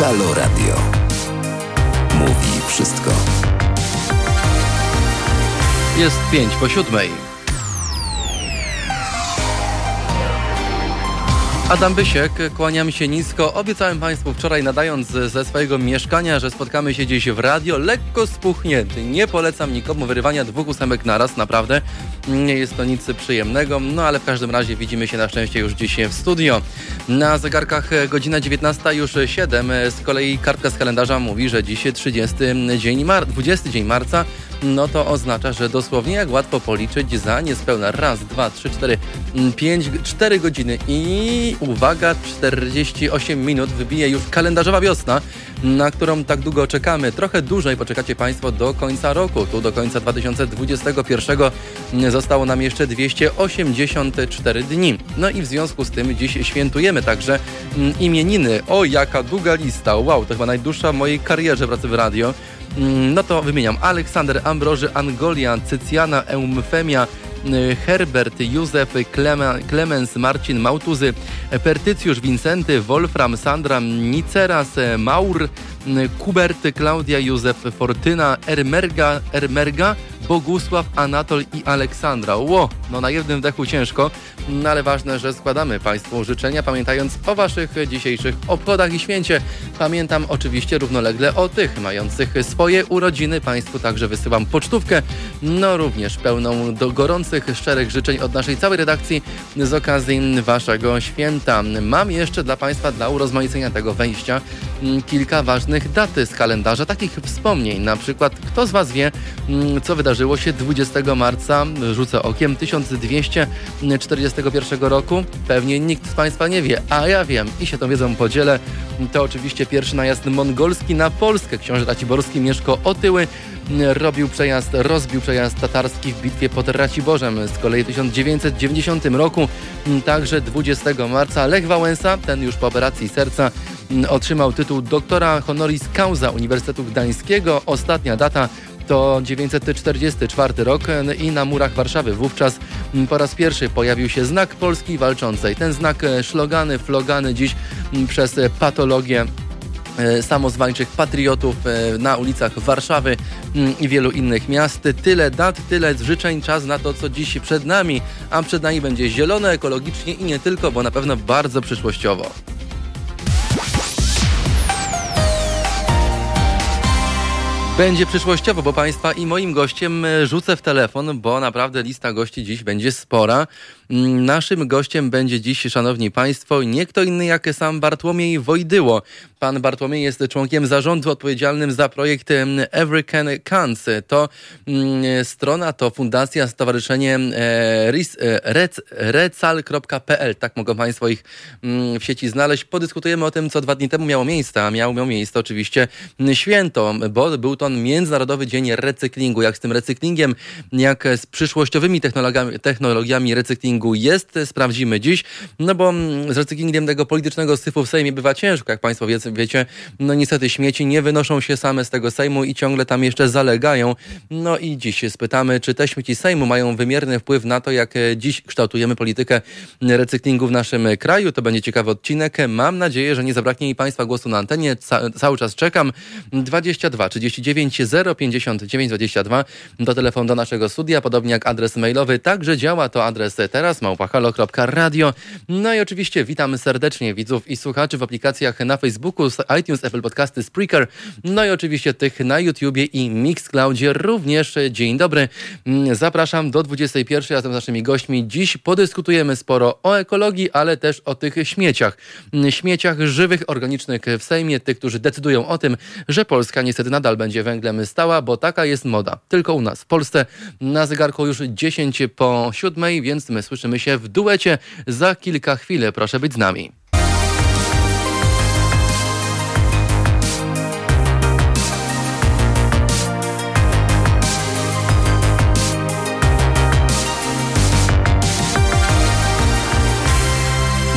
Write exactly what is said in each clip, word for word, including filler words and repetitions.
Halo Radio. Mówi wszystko. Jest pięć po siódmej. Adam Bysiek, kłaniam się nisko. Obiecałem Państwu wczoraj, nadając ze swojego mieszkania, że spotkamy się dziś w radio, lekko spuchnięty. Nie polecam nikomu wyrywania dwóch ósemek naraz, naprawdę. Nie jest to nic przyjemnego, no ale w każdym razie widzimy się na szczęście już dziś w studio. Na zegarkach godzina dziewiętnasta już siedem. Z kolei kartka z kalendarza mówi, że dziś trzydziesty dzień mar- dwudziesty dzień marca. No to oznacza, że dosłownie jak łatwo policzyć za niespełna raz, dwa, trzy, cztery, pięć, cztery godziny i uwaga, czterdzieści osiem minut wybije już kalendarzowa wiosna, na którą tak długo czekamy. Trochę dłużej poczekacie Państwo do końca roku. Tu do końca dwa tysiące dwudziestego pierwszego zostało nam jeszcze dwieście osiemdziesiąt cztery dni. No i w związku z tym dziś świętujemy także imieniny. O, jaka długa lista. Wow, to chyba najdłuższa w mojej karierze pracy w radio. No to wymieniam: Aleksander, Ambroży, Angolia, Cycjana, Eumfemia, Herbert, Józef, Klemens, Marcin, Małtuzy, Pertycjusz, Wincenty, Wolfram, Sandra, Niceras, Maur, Kubert, Klaudia, Józef, Fortyna, Ermerga, Ermerga, Bogusław, Anatol i Aleksandra. Ło, no na jednym wdechu ciężko, no ale ważne, że składamy Państwu życzenia, pamiętając o Waszych dzisiejszych obchodach i święcie. Pamiętam oczywiście równolegle o tych mających swoje urodziny. Państwu także wysyłam pocztówkę, no również pełną do gorących, szczerych życzeń od naszej całej redakcji z okazji Waszego święta. Mam jeszcze dla Państwa, dla urozmaicenia tego wejścia, kilka ważnych dat z kalendarza, takich wspomnień. Na przykład, kto z Was wie, co wydarzyło się dwudziestego marca, rzucę okiem, tysiąc dwieście czterdziestego pierwszego roku? Pewnie nikt z Państwa nie wie, a ja wiem i się tą wiedzą podzielę. To oczywiście pierwszy najazd mongolski na Polskę. Książę Raciborski Mieszko Otyły robił przejazd, rozbił przejazd tatarski w bitwie pod Raciborzem. Z kolei w tysiąc dziewięćset dziewięćdziesiątym roku, także dwudziestego marca, Lech Wałęsa, ten już po operacji serca, otrzymał tytuł doktora honoris causa Uniwersytetu Gdańskiego. Ostatnia data to dziewięćset czterdziesty czwarty rok i na murach Warszawy wówczas po raz pierwszy pojawił się znak Polski Walczącej. Ten znak szlogany, flogany dziś przez patologię samozwańczych patriotów na ulicach Warszawy i wielu innych miast. Tyle dat, tyle życzeń, czas na to, co dziś przed nami, a przed nami będzie zielono, ekologicznie i nie tylko, bo na pewno bardzo przyszłościowo. Będzie przyszłościowo, bo Państwa i moim gościem rzucę w telefon, bo naprawdę lista gości dziś będzie spora. Naszym gościem będzie dziś, szanowni Państwo, nie kto inny jak sam Bartłomiej Wojdyło. Pan Bartłomiej jest członkiem zarządu odpowiedzialnym za projekt Every Can Counts. To mm, strona, to fundacja, stowarzyszenie e, rec, recal kropka p l. Tak mogą Państwo ich mm, w sieci znaleźć. Podyskutujemy o tym, co dwa dni temu miało miejsce, a miało, miało miejsce oczywiście święto, bo był to Międzynarodowy Dzień Recyklingu. Jak z tym recyklingiem, jak z przyszłościowymi technologiami, technologiami recyklingu jest, sprawdzimy dziś, no bo z recyklingiem tego politycznego syfu w Sejmie bywa ciężko, jak Państwo wie, wiecie, no niestety śmieci nie wynoszą się same z tego Sejmu i ciągle tam jeszcze zalegają. No i dziś spytamy, czy te śmieci Sejmu mają wymierny wpływ na to, jak dziś kształtujemy politykę recyklingu w naszym kraju. To będzie ciekawy odcinek. Mam nadzieję, że nie zabraknie mi Państwa głosu na antenie. Ca- cały czas czekam. dwadzieścia dwa trzydzieści dziewięć zero pięćdziesiąt dziewięć dwadzieścia dwa to telefon do naszego studia, podobnie jak adres mailowy. Także działa to adres teraz małpa halo kropka radio. No i oczywiście witam serdecznie widzów i słuchaczy w aplikacjach na Facebooku, iTunes, Apple Podcasty, Spreaker, no i oczywiście tych na YouTubie i Mixcloudzie również. Dzień dobry. Zapraszam do dwudziestej pierwszej razem z naszymi gośćmi. Dziś podyskutujemy sporo o ekologii, ale też o tych śmieciach. Śmieciach żywych, organicznych w Sejmie, tych, którzy decydują o tym, że Polska niestety nadal będzie węglem stała, bo taka jest moda. Tylko u nas, w Polsce. Na zegarku już dziesięć po siódmej, więc my słyszymy się w duecie za kilka chwil. Proszę być z nami.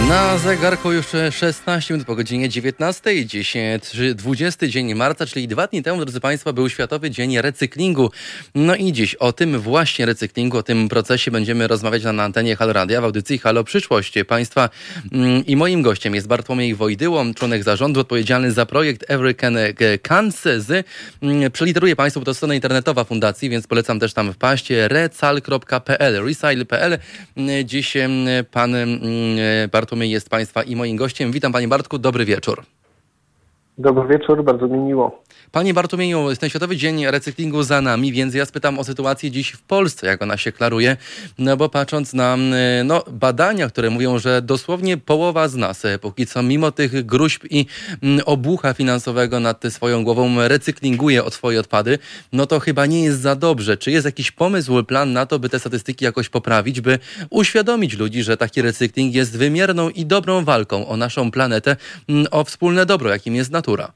Na zegarku już szesnaście minut po godzinie dziewiętnastej, dwudziesty dzień marca, czyli dwa dni temu, drodzy Państwo, był Światowy Dzień Recyklingu. No i dziś o tym właśnie recyklingu, o tym procesie będziemy rozmawiać na antenie Halo Radia w audycji Halo Przyszłość Państwa. I moim gościem jest Bartłomiej Wojdyło, członek zarządu odpowiedzialny za projekt Every Can Cans z, przeliteruję Państwu, to strona internetowa fundacji, więc polecam też tam wpaść, recal kropka p l, recycle kropka p l. Dziś pan Bartłomiej jest Państwa i moim gościem. Witam Panie Bartku, dobry wieczór. Dobry wieczór, bardzo mi miło. Panie Bartłomieju, ten Światowy Dzień Recyklingu za nami, więc ja spytam o sytuację dziś w Polsce, jak ona się klaruje, no bo patrząc na no, badania, które mówią, że dosłownie połowa z nas póki co, mimo tych gruźb i obucha finansowego nad swoją głową, recyklinguje od swoje odpady, no to chyba nie jest za dobrze. Czy jest jakiś pomysł, plan na to, by te statystyki jakoś poprawić, by uświadomić ludzi, że taki recykling jest wymierną i dobrą walką o naszą planetę, o wspólne dobro, jakim jest natura?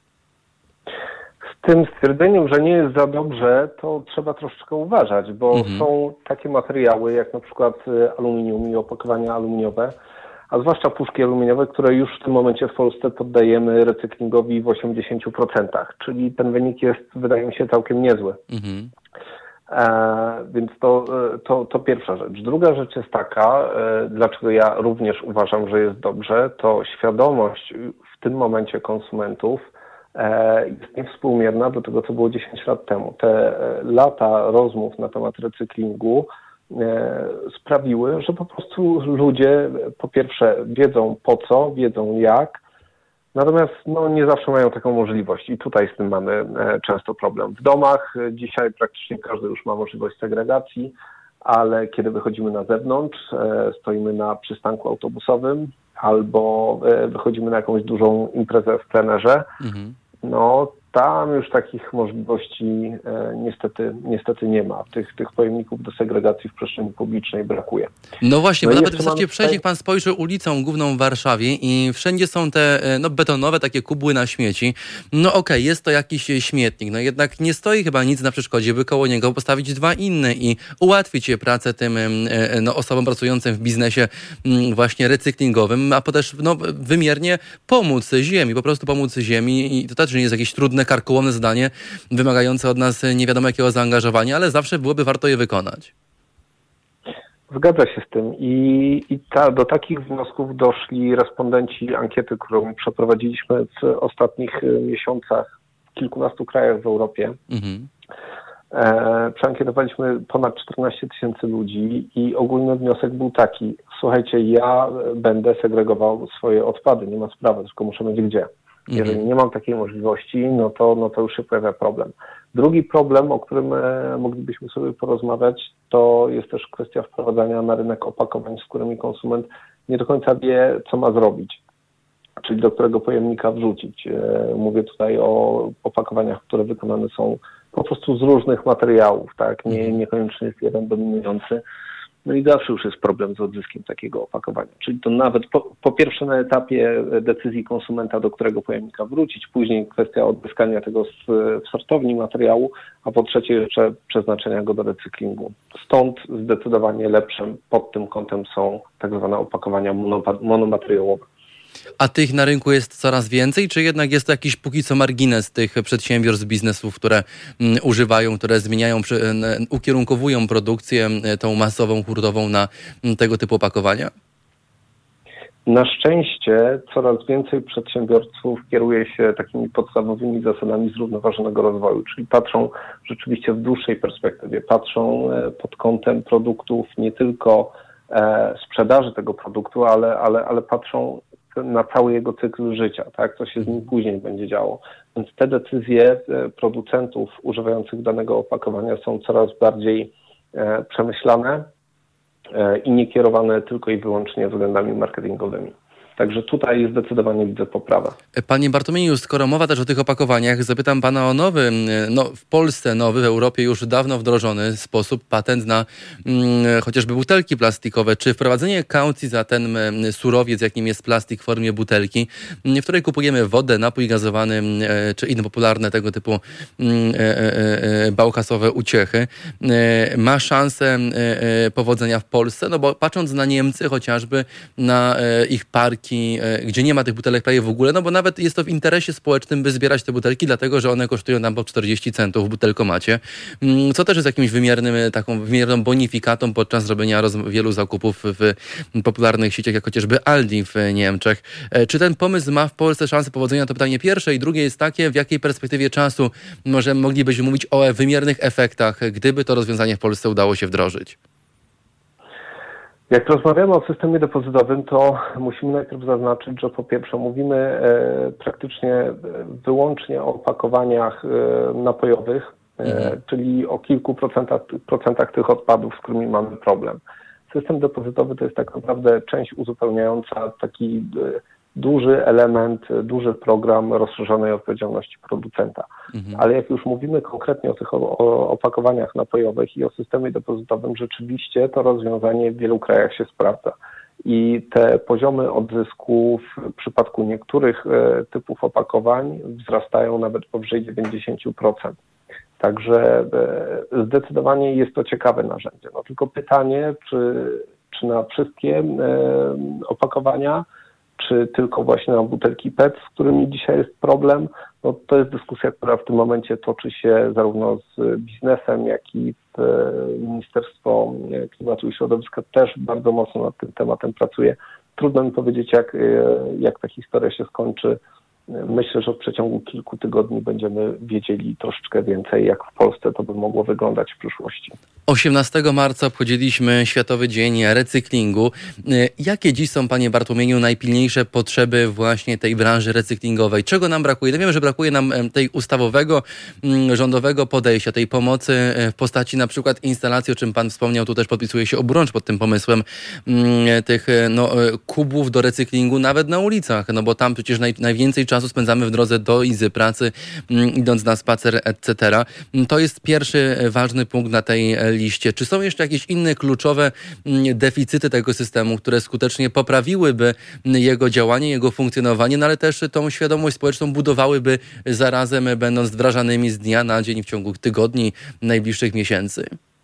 Z tym stwierdzeniem, że nie jest za dobrze, to trzeba troszeczkę uważać, bo mhm. są takie materiały jak na przykład aluminium i opakowania aluminiowe, a zwłaszcza puszki aluminiowe, które już w tym momencie w Polsce poddajemy recyklingowi w osiemdziesięciu procentach, czyli ten wynik jest, wydaje mi się, całkiem niezły. Mhm. E, więc to, to, to pierwsza rzecz. Druga rzecz jest taka, e, dlaczego ja również uważam, że jest dobrze, to świadomość w tym momencie konsumentów jest niewspółmierna do tego, co było dziesięć lat temu. Te lata rozmów na temat recyklingu sprawiły, że po prostu ludzie po pierwsze wiedzą po co, wiedzą jak, natomiast no, nie zawsze mają taką możliwość i tutaj z tym mamy często problem. W domach dzisiaj praktycznie każdy już ma możliwość segregacji, ale kiedy wychodzimy na zewnątrz, stoimy na przystanku autobusowym albo wychodzimy na jakąś dużą imprezę w plenerze, mhm. no tam już takich możliwości e, niestety, niestety nie ma. Tych, tych pojemników do segregacji w przestrzeni publicznej brakuje. No właśnie, no bo nawet wystarczy przejść, jak pan spojrzy ulicą główną w Warszawie i wszędzie są te no, betonowe takie kubły na śmieci. No okej, okay, jest to jakiś śmietnik, no jednak nie stoi chyba nic na przeszkodzie, by koło niego postawić dwa inne i ułatwić pracę tym no, osobom pracującym w biznesie właśnie recyklingowym, a potem no, wymiernie pomóc ziemi, po prostu pomóc ziemi i to też nie jest jakieś trudne, karkołomne zadanie, wymagające od nas nie wiadomo jakiego zaangażowania, ale zawsze byłoby warto je wykonać. Zgadza się z tym i, i ta, do takich wniosków doszli respondenci ankiety, którą przeprowadziliśmy w ostatnich miesiącach w kilkunastu krajach w Europie. Mhm. E, przeankietowaliśmy ponad czternaście tysięcy ludzi i ogólny wniosek był taki: słuchajcie, ja będę segregował swoje odpady, nie ma sprawy, tylko muszę mieć gdzie. Jeżeli nie mam takiej możliwości, no to, no to już się pojawia problem. Drugi problem, o którym e, moglibyśmy sobie porozmawiać, to jest też kwestia wprowadzania na rynek opakowań, z którymi konsument nie do końca wie, co ma zrobić, czyli do którego pojemnika wrzucić. E, mówię tutaj o opakowaniach, które wykonane są po prostu z różnych materiałów, tak, nie, niekoniecznie jest jeden dominujący. No i zawsze już jest problem z odzyskiem takiego opakowania. Czyli to nawet po, po pierwsze na etapie decyzji konsumenta, do którego pojemnika wrócić, później kwestia odzyskania tego z, w sortowni materiału, a po trzecie jeszcze przeznaczenia go do recyklingu. Stąd zdecydowanie lepszym pod tym kątem są tak zwane opakowania monomateriałowe. A tych na rynku jest coraz więcej, czy jednak jest to jakiś póki co margines tych przedsiębiorstw, biznesów, które mm, używają, które zmieniają, przy, n, ukierunkowują produkcję m, tą masową, hurtową na m, tego typu opakowania? Na szczęście coraz więcej przedsiębiorców kieruje się takimi podstawowymi zasadami zrównoważonego rozwoju, czyli patrzą rzeczywiście w dłuższej perspektywie, patrzą pod kątem produktów nie tylko e, sprzedaży tego produktu, ale, ale, ale patrzą na cały jego cykl życia, tak, co się z nim później będzie działo. Więc te decyzje producentów używających danego opakowania są coraz bardziej e, przemyślane e, i nie kierowane tylko i wyłącznie względami marketingowymi. Także tutaj zdecydowanie widzę poprawę. Panie Bartłomieju, skoro mowa też o tych opakowaniach, zapytam pana o nowy, no w Polsce nowy, w Europie już dawno wdrożony sposób, patent na mm, chociażby butelki plastikowe. Czy wprowadzenie kaucji za ten surowiec, jakim jest plastik w formie butelki, w której kupujemy wodę, napój gazowany e, czy inne popularne tego typu e, e, e, bauhasowe uciechy, e, ma szansę e, powodzenia w Polsce? No bo patrząc na Niemcy chociażby, na e, ich parki, e, gdzie nie ma tych butelek prawie w ogóle, no bo nawet jest to w interesie społecznym, by zbierać te butelki, dlatego, że one kosztują nam po czterdzieści centów w butelkomacie, co też jest jakimś wymiernym, taką wymierną bonifikatą podczas robienia roz, wielu zakupów w popularnych sieciach, jak chociażby Aldi w Niemczech. E, czy ten pomysł ma w Polsce szansę powodzenia? To pytanie pierwsze. I drugie jest takie, w jakiej perspektywie czasu może moglibyśmy mówić o wymiernych efektach, gdyby to rozwiązanie w Polsce udało się wdrożyć? Jak rozmawiamy o systemie depozytowym, to musimy najpierw zaznaczyć, że po pierwsze mówimy e, praktycznie wyłącznie o opakowaniach e, napojowych, e, mhm. czyli o kilku procentach, procentach tych odpadów, z którymi mamy problem. System depozytowy to jest tak naprawdę część uzupełniająca taki e, duży element, duży program rozszerzonej odpowiedzialności producenta. Mhm. Ale jak już mówimy konkretnie o tych o, o opakowaniach napojowych i o systemie depozytowym, rzeczywiście to rozwiązanie w wielu krajach się sprawdza. I te poziomy odzysku w przypadku niektórych e, typów opakowań wzrastają nawet powyżej dziewięćdziesiąt procent. Także e, zdecydowanie jest to ciekawe narzędzie. No tylko pytanie, czy, czy na wszystkie e, opakowania, czy tylko właśnie na butelki P E T, z którymi dzisiaj jest problem, no to jest dyskusja, która w tym momencie toczy się zarówno z biznesem, jak i Ministerstwo Klimatu i Środowiska też bardzo mocno nad tym tematem pracuje. Trudno mi powiedzieć, jak, jak ta historia się skończy. Myślę, że w przeciągu kilku tygodni będziemy wiedzieli troszeczkę więcej, jak w Polsce to by mogło wyglądać w przyszłości. osiemnastego marca obchodziliśmy Światowy Dzień Recyklingu. Jakie dziś są, panie Bartłomieju, najpilniejsze potrzeby właśnie tej branży recyklingowej? Czego nam brakuje? No wiemy, że brakuje nam tej ustawowego, rządowego podejścia, tej pomocy w postaci na przykład instalacji, o czym pan wspomniał, tu też podpisuje się oburącz pod tym pomysłem, tych no, kubów do recyklingu nawet na ulicach, no bo tam przecież naj, najwięcej czasu spędzamy w drodze do izy pracy, idąc na spacer, et cetera. To jest pierwszy ważny punkt na tej liście. Czy są jeszcze jakieś inne kluczowe deficyty tego systemu, które skutecznie poprawiłyby jego działanie, jego funkcjonowanie, no ale też tą świadomość społeczną budowałyby zarazem, będąc wdrażanymi z dnia na dzień w ciągu tygodni, najbliższych miesięcy?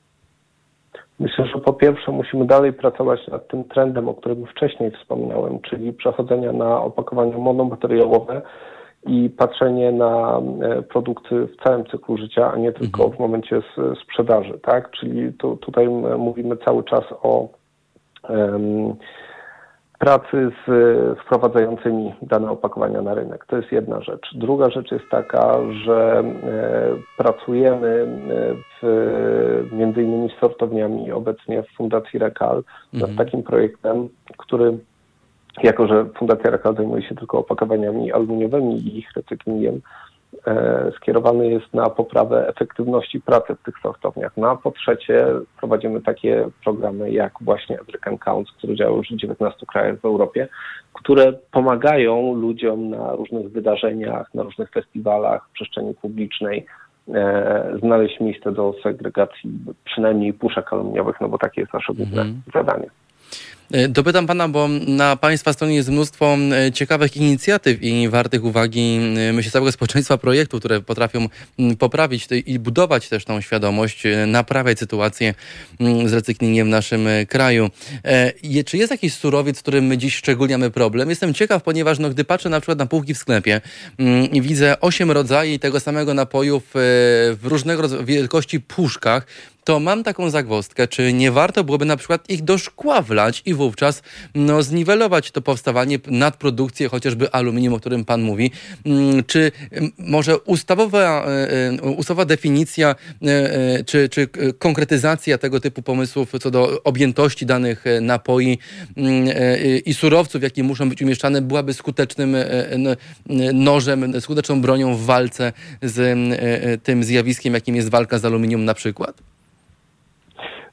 Myślę, że po pierwsze musimy dalej pracować nad tym trendem, o którym wcześniej wspomniałem, czyli przechodzenia na opakowania monomateriałowe i patrzenie na produkty w całym cyklu życia, a nie tylko mhm. w momencie sprzedaży, tak? Czyli tu, tutaj mówimy cały czas o um, pracy z wprowadzającymi dane opakowania na rynek. To jest jedna rzecz. Druga rzecz jest taka, że e, pracujemy w, między innymi z sortowniami obecnie w Fundacji Rekal nad mhm. takim projektem, który, jako że Fundacja Rekal zajmuje się tylko opakowaniami aluminiowymi i ich recyklingiem, e, skierowany jest na poprawę efektywności pracy w tych sortowniach. No a po trzecie prowadzimy takie programy jak właśnie African Counts, które działają już w dziewiętnastu krajach w Europie, które pomagają ludziom na różnych wydarzeniach, na różnych festiwalach, w przestrzeni publicznej e, znaleźć miejsce do segregacji przynajmniej puszek aluminiowych, no bo takie jest nasze główne mm. zadanie. Dopytam pana, bo na państwa stronie jest mnóstwo ciekawych inicjatyw i wartych uwagi, myślę, całego społeczeństwa projektów, które potrafią poprawić i budować też tą świadomość, naprawiać sytuację z recyklingiem w naszym kraju. Czy jest jakiś surowiec, z którym my dziś szczególnie mamy problem? Jestem ciekaw, ponieważ no, gdy patrzę na przykład na półki w sklepie i widzę osiem rodzajów tego samego napoju w, w różnego wielkości puszkach, to mam taką zagwozdkę, czy nie warto byłoby na przykład ich do szkła wlać i wówczas no, zniwelować to powstawanie, nadprodukcję chociażby aluminium, o którym pan mówi. Czy może ustawowa, ustawowa definicja czy, czy konkretyzacja tego typu pomysłów co do objętości danych napoi i surowców, jakie muszą być umieszczane, byłaby skutecznym nożem, skuteczną bronią w walce z tym zjawiskiem, jakim jest walka z aluminium na przykład?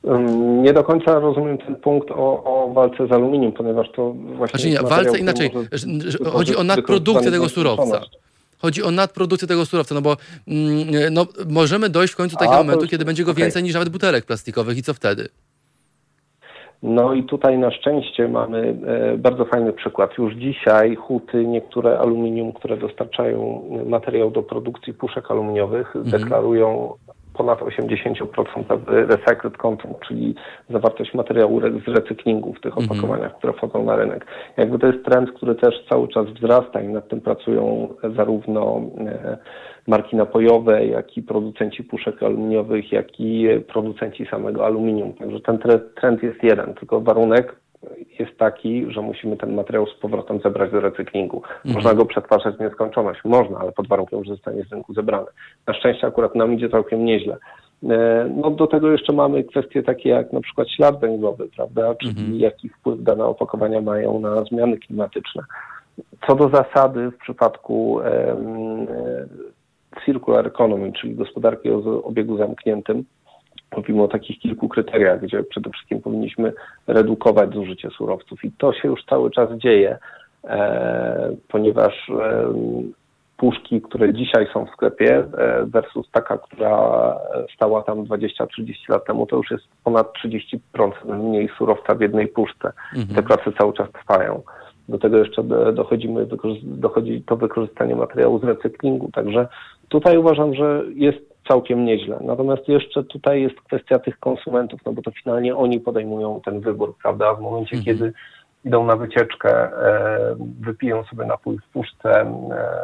Nie do końca rozumiem ten punkt o, o walce z aluminium, ponieważ to właśnie... Znaczy nie, walce inaczej. Chodzi o nadprodukcję tego surowca. Chodzi o nadprodukcję tego surowca, no bo mm, no, możemy dojść w końcu do takiego A, momentu, już, kiedy będzie go okay. więcej niż nawet butelek plastikowych i co wtedy? No i tutaj na szczęście mamy e, bardzo fajny przykład. Już dzisiaj huty, niektóre aluminium, które dostarczają materiał do produkcji puszek aluminiowych, mhm. deklarują ponad osiemdziesiąt procent recycled content, czyli zawartość materiału z recyklingu w tych opakowaniach, mm-hmm. które wchodzą na rynek. Jakby to jest trend, który też cały czas wzrasta i nad tym pracują zarówno marki napojowe, jak i producenci puszek aluminiowych, jak i producenci samego aluminium. Także ten trend jest jeden, tylko warunek jest taki, że musimy ten materiał z powrotem zebrać do recyklingu. Mhm. Można go przetwarzać w nieskończoność. Można, ale pod warunkiem, że zostanie z rynku zebrany. Na szczęście akurat nam idzie całkiem nieźle. No do tego jeszcze mamy kwestie takie jak na przykład ślad węglowy, prawda? Czyli mhm. jaki wpływ dane opakowania mają na zmiany klimatyczne. Co do zasady w przypadku um, circular economy, czyli gospodarki o obiegu zamkniętym, mówimy o takich kilku kryteriach, gdzie przede wszystkim powinniśmy redukować zużycie surowców i to się już cały czas dzieje, e, ponieważ e, puszki, które dzisiaj są w sklepie e, versus taka, która stała tam dwadzieścia trzydzieści lat temu, to już jest ponad trzydzieści procent mniej surowca w jednej puszce. Mhm. Te prace cały czas trwają. Do tego jeszcze dochodzimy, dochodzi to wykorzystanie materiału z recyklingu, także tutaj uważam, że jest całkiem nieźle. Natomiast jeszcze tutaj jest kwestia tych konsumentów, no bo to finalnie oni podejmują ten wybór, prawda? W momencie, mhm. kiedy idą na wycieczkę, e, wypiją sobie napój w puszce e,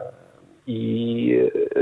i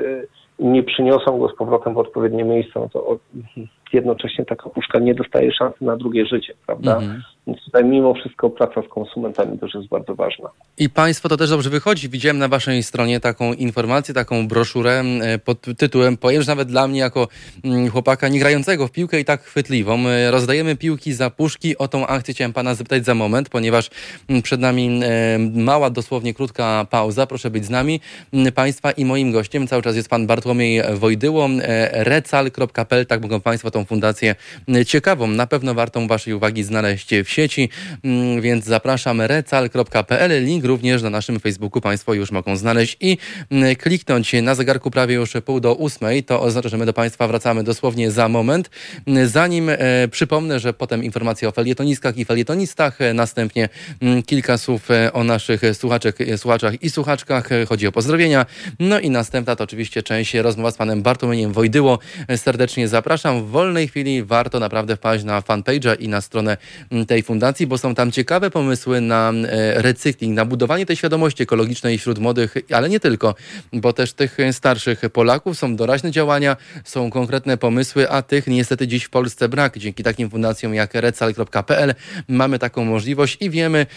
e, nie przyniosą go z powrotem w odpowiednie miejsce, no to o, jednocześnie taka puszka nie dostaje szansy na drugie życie, prawda? Mhm. Więc tutaj mimo wszystko praca z konsumentami też jest bardzo ważna. I Państwo to też dobrze wychodzi. Widziałem na Waszej stronie taką informację, taką broszurę pod tytułem, powiem, że nawet dla mnie jako chłopaka nie grającego w piłkę i tak chwytliwą, rozdajemy piłki za puszki. O tą akcję chciałem Pana zapytać za moment, ponieważ przed nami mała, dosłownie krótka pauza. Proszę być z nami. Państwa i moim gościem cały czas jest Pan Bartłomiej Wojdyło, recal kropka p l. Tak mogą Państwo tą fundację ciekawą, na pewno wartą Waszej uwagi znaleźć w sieci, więc zapraszam recal kropka p l. Link również na naszym Facebooku Państwo już mogą znaleźć i kliknąć. Na zegarku prawie już pół do ósmej. To oznacza, że my do Państwa wracamy dosłownie za moment. Zanim e, przypomnę, że potem informacje o felietonistkach i felietonistach, następnie m, kilka słów o naszych słuchaczek, słuchaczach i słuchaczkach. Chodzi o pozdrowienia. No i następna to oczywiście część rozmowa z Panem Bartłomiejem Wojdyło. Serdecznie zapraszam. W wolnej chwili warto naprawdę wpaść na fanpage'a i na stronę tej fundacji, bo są tam ciekawe pomysły na recykling, na budowanie tej świadomości ekologicznej wśród młodych, ale nie tylko, bo też tych starszych Polaków. Są doraźne działania, są konkretne pomysły, a tych niestety dziś w Polsce brak. Dzięki takim fundacjom jak recal kropka p l mamy taką możliwość i wiemy,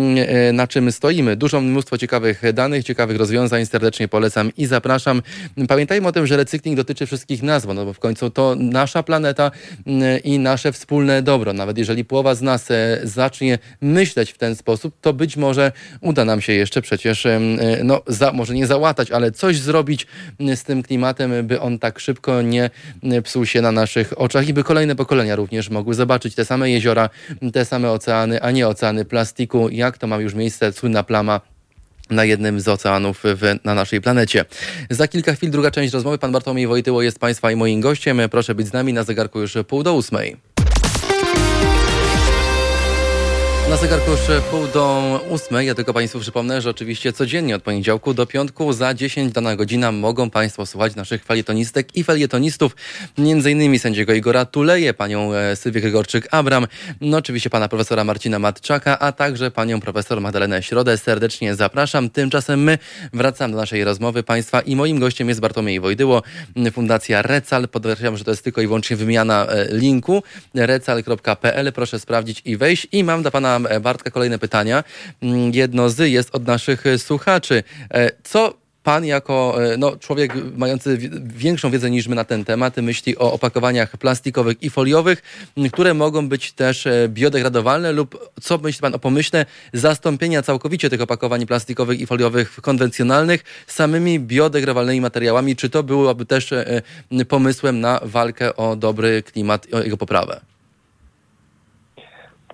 na czym stoimy. Dużo mnóstwo ciekawych danych, ciekawych rozwiązań. Serdecznie polecam i zapraszam. Pamiętajmy o tym, że recykling dotyczy wszystkich nas, no bo w końcu to nasza planeta i nasze wspólne dobro. Nawet jeżeli połowa z nas zacznie myśleć w ten sposób, to być może uda nam się jeszcze przecież, no za, może nie załatać, ale coś zrobić z tym klimatem, by on tak szybko nie psuł się na naszych oczach i by kolejne pokolenia również mogły zobaczyć te same jeziora, te same oceany, a nie oceany plastiku, jak to ma już miejsce słynna plama na jednym z oceanów w, na naszej planecie. Za kilka chwil druga część rozmowy. Pan Bartłomiej Wojtyło jest Państwa i moim gościem. Proszę być z nami, na zegarku już pół do ósmej. Na zegarku już pół do ósmej. Ja tylko Państwu przypomnę, że oczywiście codziennie od poniedziałku do piątku za dziesięć dana godzina mogą Państwo słuchać naszych felietonistek i felietonistów, między innymi sędziego Igora Tuleje, panią Sylwię Gregorczyk-Abram, no oczywiście pana profesora Marcina Matczaka, a także panią profesor Magdalenę Środę. Serdecznie zapraszam. Tymczasem my wracamy do naszej rozmowy Państwa i moim gościem jest Bartłomiej Wojdyło, Fundacja Recal. Podkreślam, że to jest tylko i wyłącznie wymiana linku recal kropka p l. Proszę sprawdzić i wejść. I mam dla pana Bartka kolejne pytania. Jedno z jest od naszych słuchaczy. Co pan jako no, człowiek mający większą wiedzę niż my na ten temat myśli o opakowaniach plastikowych i foliowych, które mogą być też biodegradowalne, lub co myśli pan o pomyśle zastąpienia całkowicie tych opakowań plastikowych i foliowych konwencjonalnych samymi biodegradowalnymi materiałami? Czy to byłoby też pomysłem na walkę o dobry klimat i o jego poprawę?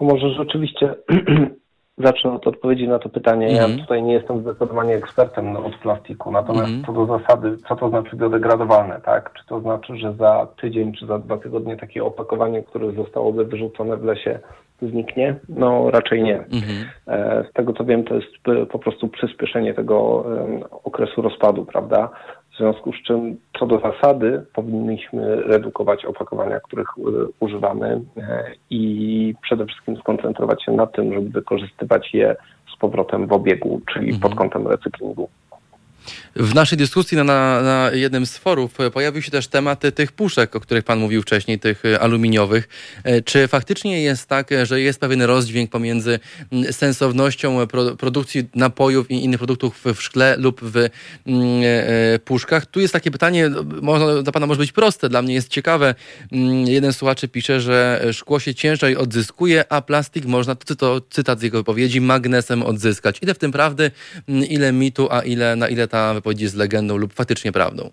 To może rzeczywiście zacznę od odpowiedzi na to pytanie. Mm. Ja tutaj nie jestem zdecydowanie ekspertem od plastiku, natomiast mm. co do zasady, co to znaczy biodegradowalne, tak? Czy to znaczy, że za tydzień czy za dwa tygodnie takie opakowanie, które zostałoby wyrzucone w lesie, zniknie? No raczej nie. Mm-hmm. Z tego co wiem, to jest po prostu przyspieszenie tego okresu rozpadu, prawda? W związku z czym co do zasady powinniśmy redukować opakowania, których używamy i przede wszystkim skoncentrować się na tym, żeby wykorzystywać je z powrotem w obiegu, czyli mm-hmm. pod kątem recyklingu. W naszej dyskusji na, na, na jednym z forów pojawił się też temat tych puszek, o których pan mówił wcześniej, tych aluminiowych. Czy faktycznie jest tak, że jest pewien rozdźwięk pomiędzy sensownością pro, produkcji napojów i innych produktów w szkle lub w e, puszkach? Tu jest takie pytanie, może, dla pana może być proste, dla mnie jest ciekawe. Jeden z słuchaczy pisze, że szkło się ciężej odzyskuje, a plastik można, to cytat z jego wypowiedzi, magnesem odzyskać. Ile w tym prawdy, ile mitu, a ile na ile ta wypowiedź jest legendą lub faktycznie prawdą?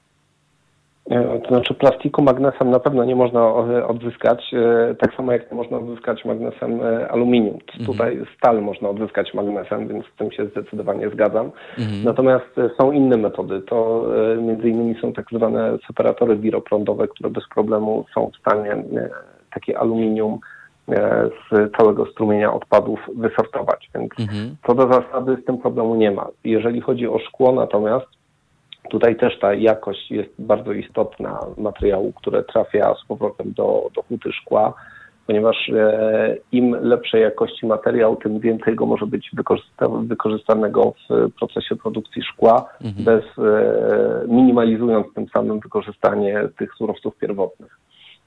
To znaczy plastiku magnesem na pewno nie można odzyskać, tak samo jak nie można odzyskać magnesem aluminium. Mhm. Tutaj stal można odzyskać magnesem, więc z tym się zdecydowanie zgadzam. Mhm. Natomiast są inne metody. To między innymi są tak zwane separatory wiroprądowe, które bez problemu są w stanie takie aluminium z całego strumienia odpadów wysortować. Więc mhm. co do zasady z tym problemu nie ma. Jeżeli chodzi o szkło natomiast, tutaj też ta jakość jest bardzo istotna materiału, które trafia z powrotem do, do huty szkła, ponieważ e, im lepszej jakości materiał, tym więcej go może być wykorzysta- wykorzystanego w procesie produkcji szkła, mhm. bez e, minimalizując tym samym wykorzystanie tych surowców pierwotnych.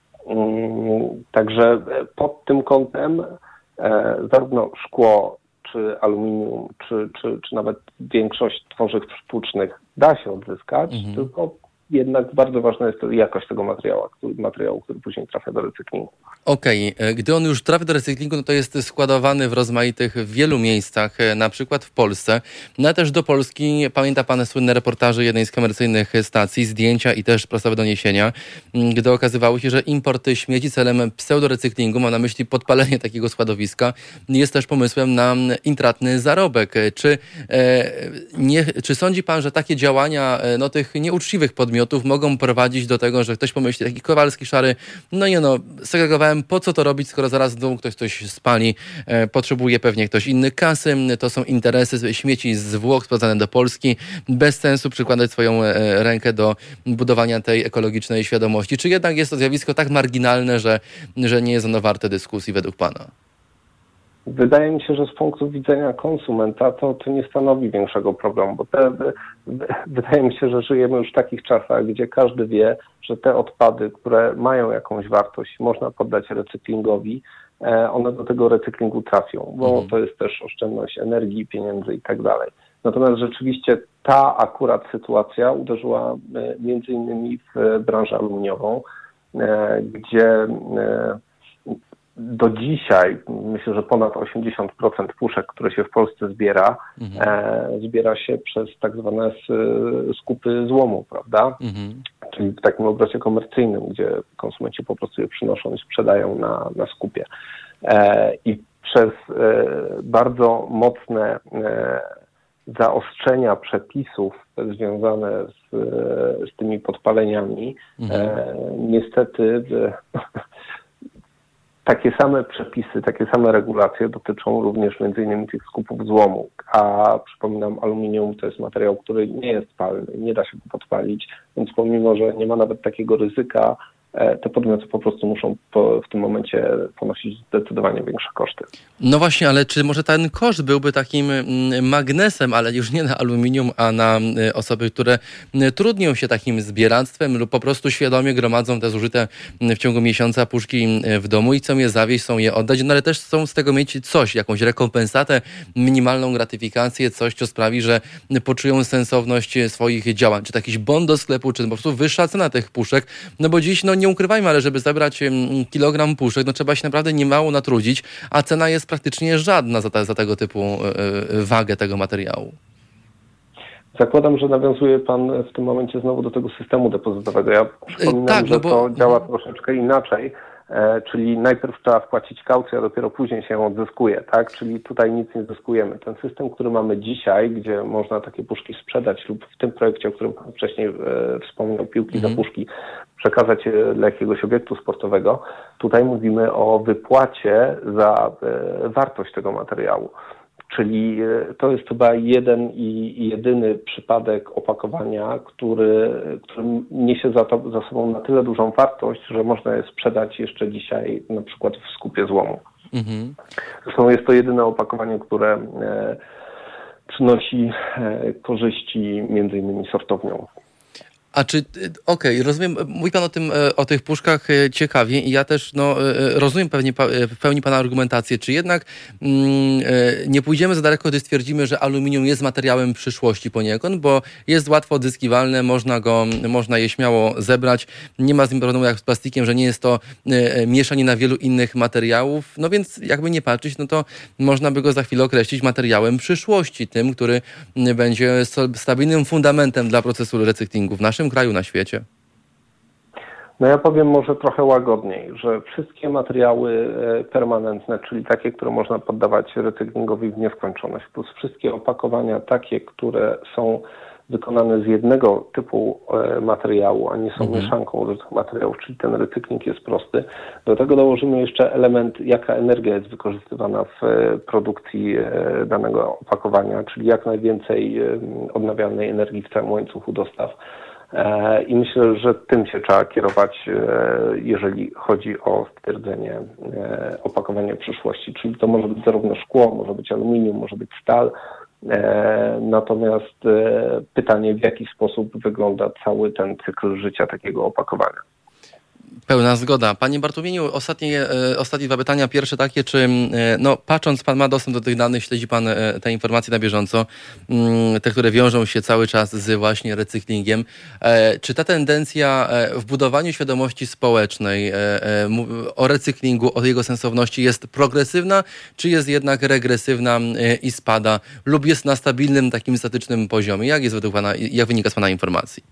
Także pod tym kątem e, zarówno szkło, czy aluminium, czy, czy, czy nawet większość tworzyw sztucznych da się odzyskać, mhm. tylko jednak bardzo ważna jest jakość tego materiału, który, materiału, który później trafia do recyklingu. Okej, okay. Gdy on już trafia do recyklingu, no to jest składowany w rozmaitych, w wielu miejscach, na przykład w Polsce. No ale też do Polski, pamięta pan słynne reportaże jednej z komercyjnych stacji, zdjęcia i też prasowe doniesienia, gdy okazywało się, że import śmieci celem pseudorecyklingu, mam na myśli podpalenie takiego składowiska, jest też pomysłem na intratny zarobek. Czy, e, nie, czy sądzi pan, że takie działania no, tych nieuczciwych podmiotów mogą prowadzić do tego, że ktoś pomyśli, taki Kowalski szary, no nie no, segregowałem, po co to robić, skoro zaraz w domu ktoś coś spali, e, potrzebuje pewnie ktoś inny kasy, to są interesy, śmieci z Włoch sprowadzane do Polski, bez sensu przykładać swoją e, rękę do budowania tej ekologicznej świadomości. Czy jednak jest to zjawisko tak marginalne, że, że nie jest ono warte dyskusji według pana? Wydaje mi się, że z punktu widzenia konsumenta to, to nie stanowi większego problemu, bo te, wydaje mi się, że żyjemy już w takich czasach, gdzie każdy wie, że te odpady, które mają jakąś wartość, można poddać recyklingowi, one do tego recyklingu trafią, bo mhm. to jest też oszczędność energii, pieniędzy i tak dalej. Natomiast rzeczywiście ta akurat sytuacja uderzyła między innymi w branżę aluminiową, gdzie do dzisiaj myślę, że ponad osiemdziesiąt procent puszek, które się w Polsce zbiera, mhm. e, zbiera się przez tak zwane skupy złomu, prawda? Mhm. Czyli w takim obrocie komercyjnym, gdzie konsumenci po prostu je przynoszą i sprzedają na, na skupie. E, I przez e, bardzo mocne e, zaostrzenia przepisów związane z, z tymi podpaleniami, mhm. e, niestety takie same przepisy, takie same regulacje dotyczą również między innymi tych skupów złomu, a przypominam, aluminium to jest materiał, który nie jest palny, nie da się go podpalić, więc pomimo, że nie ma nawet takiego ryzyka, te podmioty po prostu muszą po, w tym momencie ponosić zdecydowanie większe koszty. No właśnie, ale czy może ten koszt byłby takim magnesem, ale już nie na aluminium, a na osoby, które trudnią się takim zbieractwem lub po prostu świadomie gromadzą te zużyte w ciągu miesiąca puszki w domu i chcą je zawieźć, chcą je oddać, no ale też chcą z tego mieć coś, jakąś rekompensatę, minimalną gratyfikację, coś, co sprawi, że poczują sensowność swoich działań. Czy to jakiś bon do sklepu, czy po prostu wyższa cena tych puszek, no bo dziś, no nie ukrywajmy, ale żeby zabrać kilogram puszek, no trzeba się naprawdę niemało natrudzić, a cena jest praktycznie żadna za, te, za tego typu y, wagę tego materiału. Zakładam, że nawiązuje pan w tym momencie znowu do tego systemu depozytowego. Ja przypominam, tak, no bo... że to działa troszeczkę inaczej. czyli najpierw trzeba wpłacić kaucję, a dopiero później się ją odzyskuje, tak? Czyli tutaj nic nie zyskujemy. Ten system, który mamy dzisiaj, gdzie można takie puszki sprzedać lub w tym projekcie, o którym pan wcześniej e, wspomniał, piłki mm. za puszki, przekazać dla jakiegoś obiektu sportowego, tutaj mówimy o wypłacie za e, wartość tego materiału. Czyli to jest chyba jeden i jedyny przypadek opakowania, który, który niesie za, to, za sobą na tyle dużą wartość, że można je sprzedać jeszcze dzisiaj na przykład w skupie złomu. Mhm. Zresztą jest to jedyne opakowanie, które e, przynosi e, korzyści między innymi sortowniom. A czy, okej, okay, rozumiem, mówi pan o tym, o tych puszkach ciekawie i ja też, no, rozumiem pewnie, w pełni pana argumentację. Czy jednak mm, nie pójdziemy za daleko, gdy stwierdzimy, że aluminium jest materiałem przyszłości poniekąd, bo jest łatwo odzyskiwalne, można go, można je śmiało zebrać, nie ma z nim problemu jak z plastikiem, że nie jest to mieszanina wielu innych materiałów, no więc jakby nie patrzeć, no to można by go za chwilę określić materiałem przyszłości, tym, który będzie stabilnym fundamentem dla procesu recyklingu w naszym kraju, na świecie? No ja powiem może trochę łagodniej, że wszystkie materiały permanentne, czyli takie, które można poddawać recyklingowi w nieskończoność, plus wszystkie opakowania takie, które są wykonane z jednego typu materiału, a nie są mhm. mieszanką różnych materiałów, czyli ten recykling jest prosty. Do tego dołożymy jeszcze element, jaka energia jest wykorzystywana w produkcji danego opakowania, czyli jak najwięcej odnawialnej energii w całym łańcuchu dostaw. I myślę, że tym się trzeba kierować, jeżeli chodzi o stwierdzenie opakowania przyszłości. Czyli to może być zarówno szkło, może być aluminium, może być stal. Natomiast pytanie, w jaki sposób wygląda cały ten cykl życia takiego opakowania. Pełna zgoda. Panie Bartłomieniu, ostatnie, ostatnie dwa pytania. Pierwsze takie, czy no, patrząc, pan ma dostęp do tych danych, śledzi pan te informacje na bieżąco, te, które wiążą się cały czas z właśnie recyklingiem. Czy ta tendencja w budowaniu świadomości społecznej o recyklingu, o jego sensowności jest progresywna, czy jest jednak regresywna i spada, lub jest na stabilnym, takim statycznym poziomie? Jak jest według pana, jak wynika z pana informacji?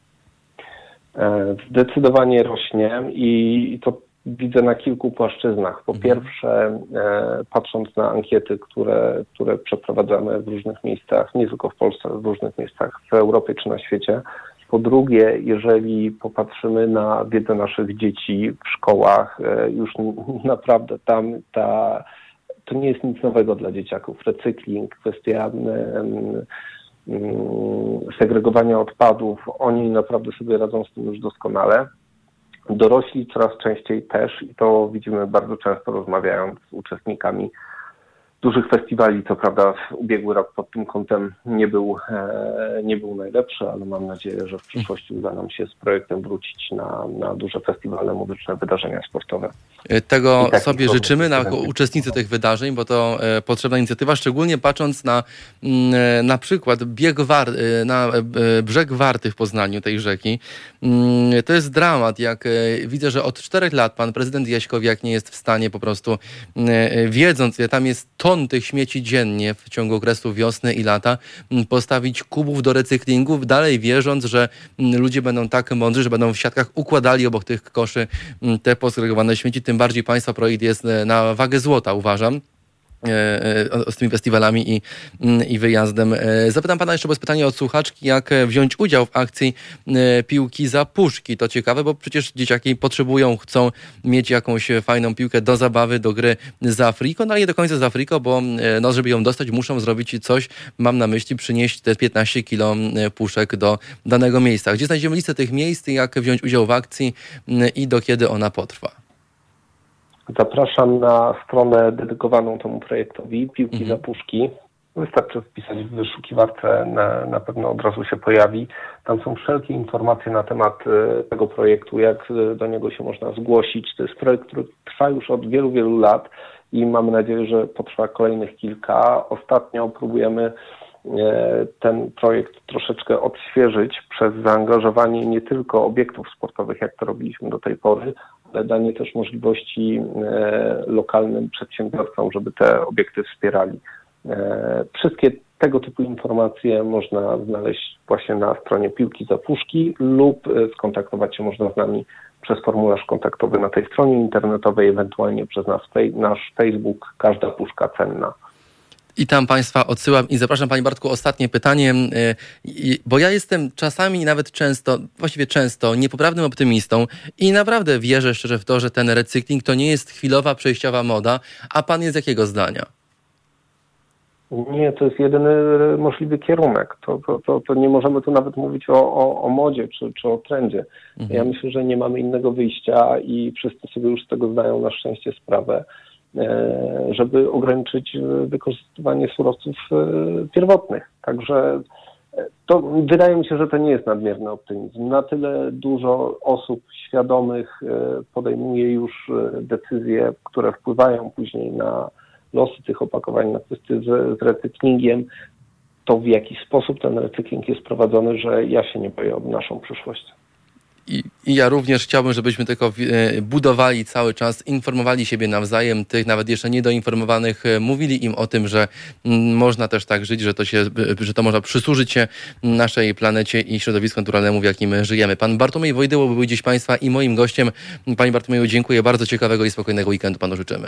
Zdecydowanie rośnie i to widzę na kilku płaszczyznach. Po pierwsze, patrząc na ankiety, które, które przeprowadzamy w różnych miejscach, nie tylko w Polsce, ale w różnych miejscach w Europie czy na świecie. Po drugie, jeżeli popatrzymy na wiedzę naszych dzieci w szkołach, już naprawdę tam ta, to nie jest nic nowego dla dzieciaków. Recykling, kwestia segregowania odpadów, oni naprawdę sobie radzą z tym już doskonale. Dorośli coraz częściej też i to widzimy bardzo często rozmawiając z uczestnikami dużych festiwali. Co prawda w ubiegły rok pod tym kątem nie był, e, nie był najlepszy, ale mam nadzieję, że w przyszłości uda nam się z projektem wrócić na, na duże festiwale muzyczne, wydarzenia sportowe. Tego sobie życzymy jako uczestnicy tych wydarzeń, bo to e, potrzebna inicjatywa, szczególnie patrząc na m, na przykład bieg War, na e, brzeg Warty w Poznaniu, tej rzeki. M, to jest dramat, jak e, widzę, że od czterech lat pan prezydent Jaśkowiak nie jest w stanie po prostu, e, wiedząc, ile tam jest ton tych śmieci dziennie w ciągu okresu wiosny i lata, postawić kubów do recyklingu, dalej wierząc, że ludzie będą tak mądrzy, że będą w siatkach układali obok tych koszy te posegregowane śmieci. Tym bardziej państwa projekt jest na wagę złota, uważam, z tymi festiwalami i, i wyjazdem. Zapytam pana jeszcze bez pytania od słuchaczki, jak wziąć udział w akcji piłki za puszki. To ciekawe, bo przecież dzieciaki potrzebują, chcą mieć jakąś fajną piłkę do zabawy, do gry z Afriką, no ale nie do końca z Afriką, bo no, żeby ją dostać, muszą zrobić coś, mam na myśli, przynieść te piętnaście kilo puszek do danego miejsca. Gdzie znajdziemy listę tych miejsc, jak wziąć udział w akcji i do kiedy ona potrwa? Zapraszam na stronę dedykowaną temu projektowi, Piłki Mhm. za puszki. Wystarczy wpisać w wyszukiwarce, na, na pewno od razu się pojawi. Tam są wszelkie informacje na temat e, tego projektu, jak e, do niego się można zgłosić. To jest projekt, który trwa już od wielu, wielu lat i mamy nadzieję, że potrwa kolejnych kilka. Ostatnio próbujemy e, ten projekt troszeczkę odświeżyć przez zaangażowanie nie tylko obiektów sportowych, jak to robiliśmy do tej pory, ale danie też możliwości e, lokalnym przedsiębiorcom, żeby te obiekty wspierali. E, wszystkie tego typu informacje można znaleźć właśnie na stronie Piłki za Puszki lub skontaktować się można z nami przez formularz kontaktowy na tej stronie internetowej, ewentualnie przez nasz, nasz Facebook Każda Puszka Cenna. I tam Państwa odsyłam i zapraszam, Panie Bartku, ostatnie pytanie, bo ja jestem czasami, nawet często, właściwie często, niepoprawnym optymistą i naprawdę wierzę szczerze w to, że ten recykling to nie jest chwilowa, przejściowa moda, a Pan jest jakiego zdania? Nie, to jest jedyny możliwy kierunek. To, to, to, to nie możemy tu nawet mówić o, o, o modzie czy, czy o trendzie. Mhm. Ja myślę, że nie mamy innego wyjścia i wszyscy sobie już z tego zdają na szczęście sprawę, żeby ograniczyć wykorzystywanie surowców pierwotnych. Także to wydaje mi się, że to nie jest nadmierny optymizm. Na tyle dużo osób świadomych podejmuje już decyzje, które wpływają później na losy tych opakowań, na kwestie z, z recyklingiem, to w jaki sposób ten recykling jest prowadzony, że ja się nie boję o naszą przyszłość. I, I ja również chciałbym, żebyśmy tylko budowali cały czas, informowali siebie nawzajem, tych nawet jeszcze niedoinformowanych, mówili im o tym, że można też tak żyć, że to, się, że to można przysłużyć się naszej planecie i środowisku naturalnemu, w jakim żyjemy. Pan Bartłomiej Wojdyło był dziś Państwa i moim gościem. Panie Bartłomieju, dziękuję. Bardzo ciekawego i spokojnego weekendu Panu życzymy.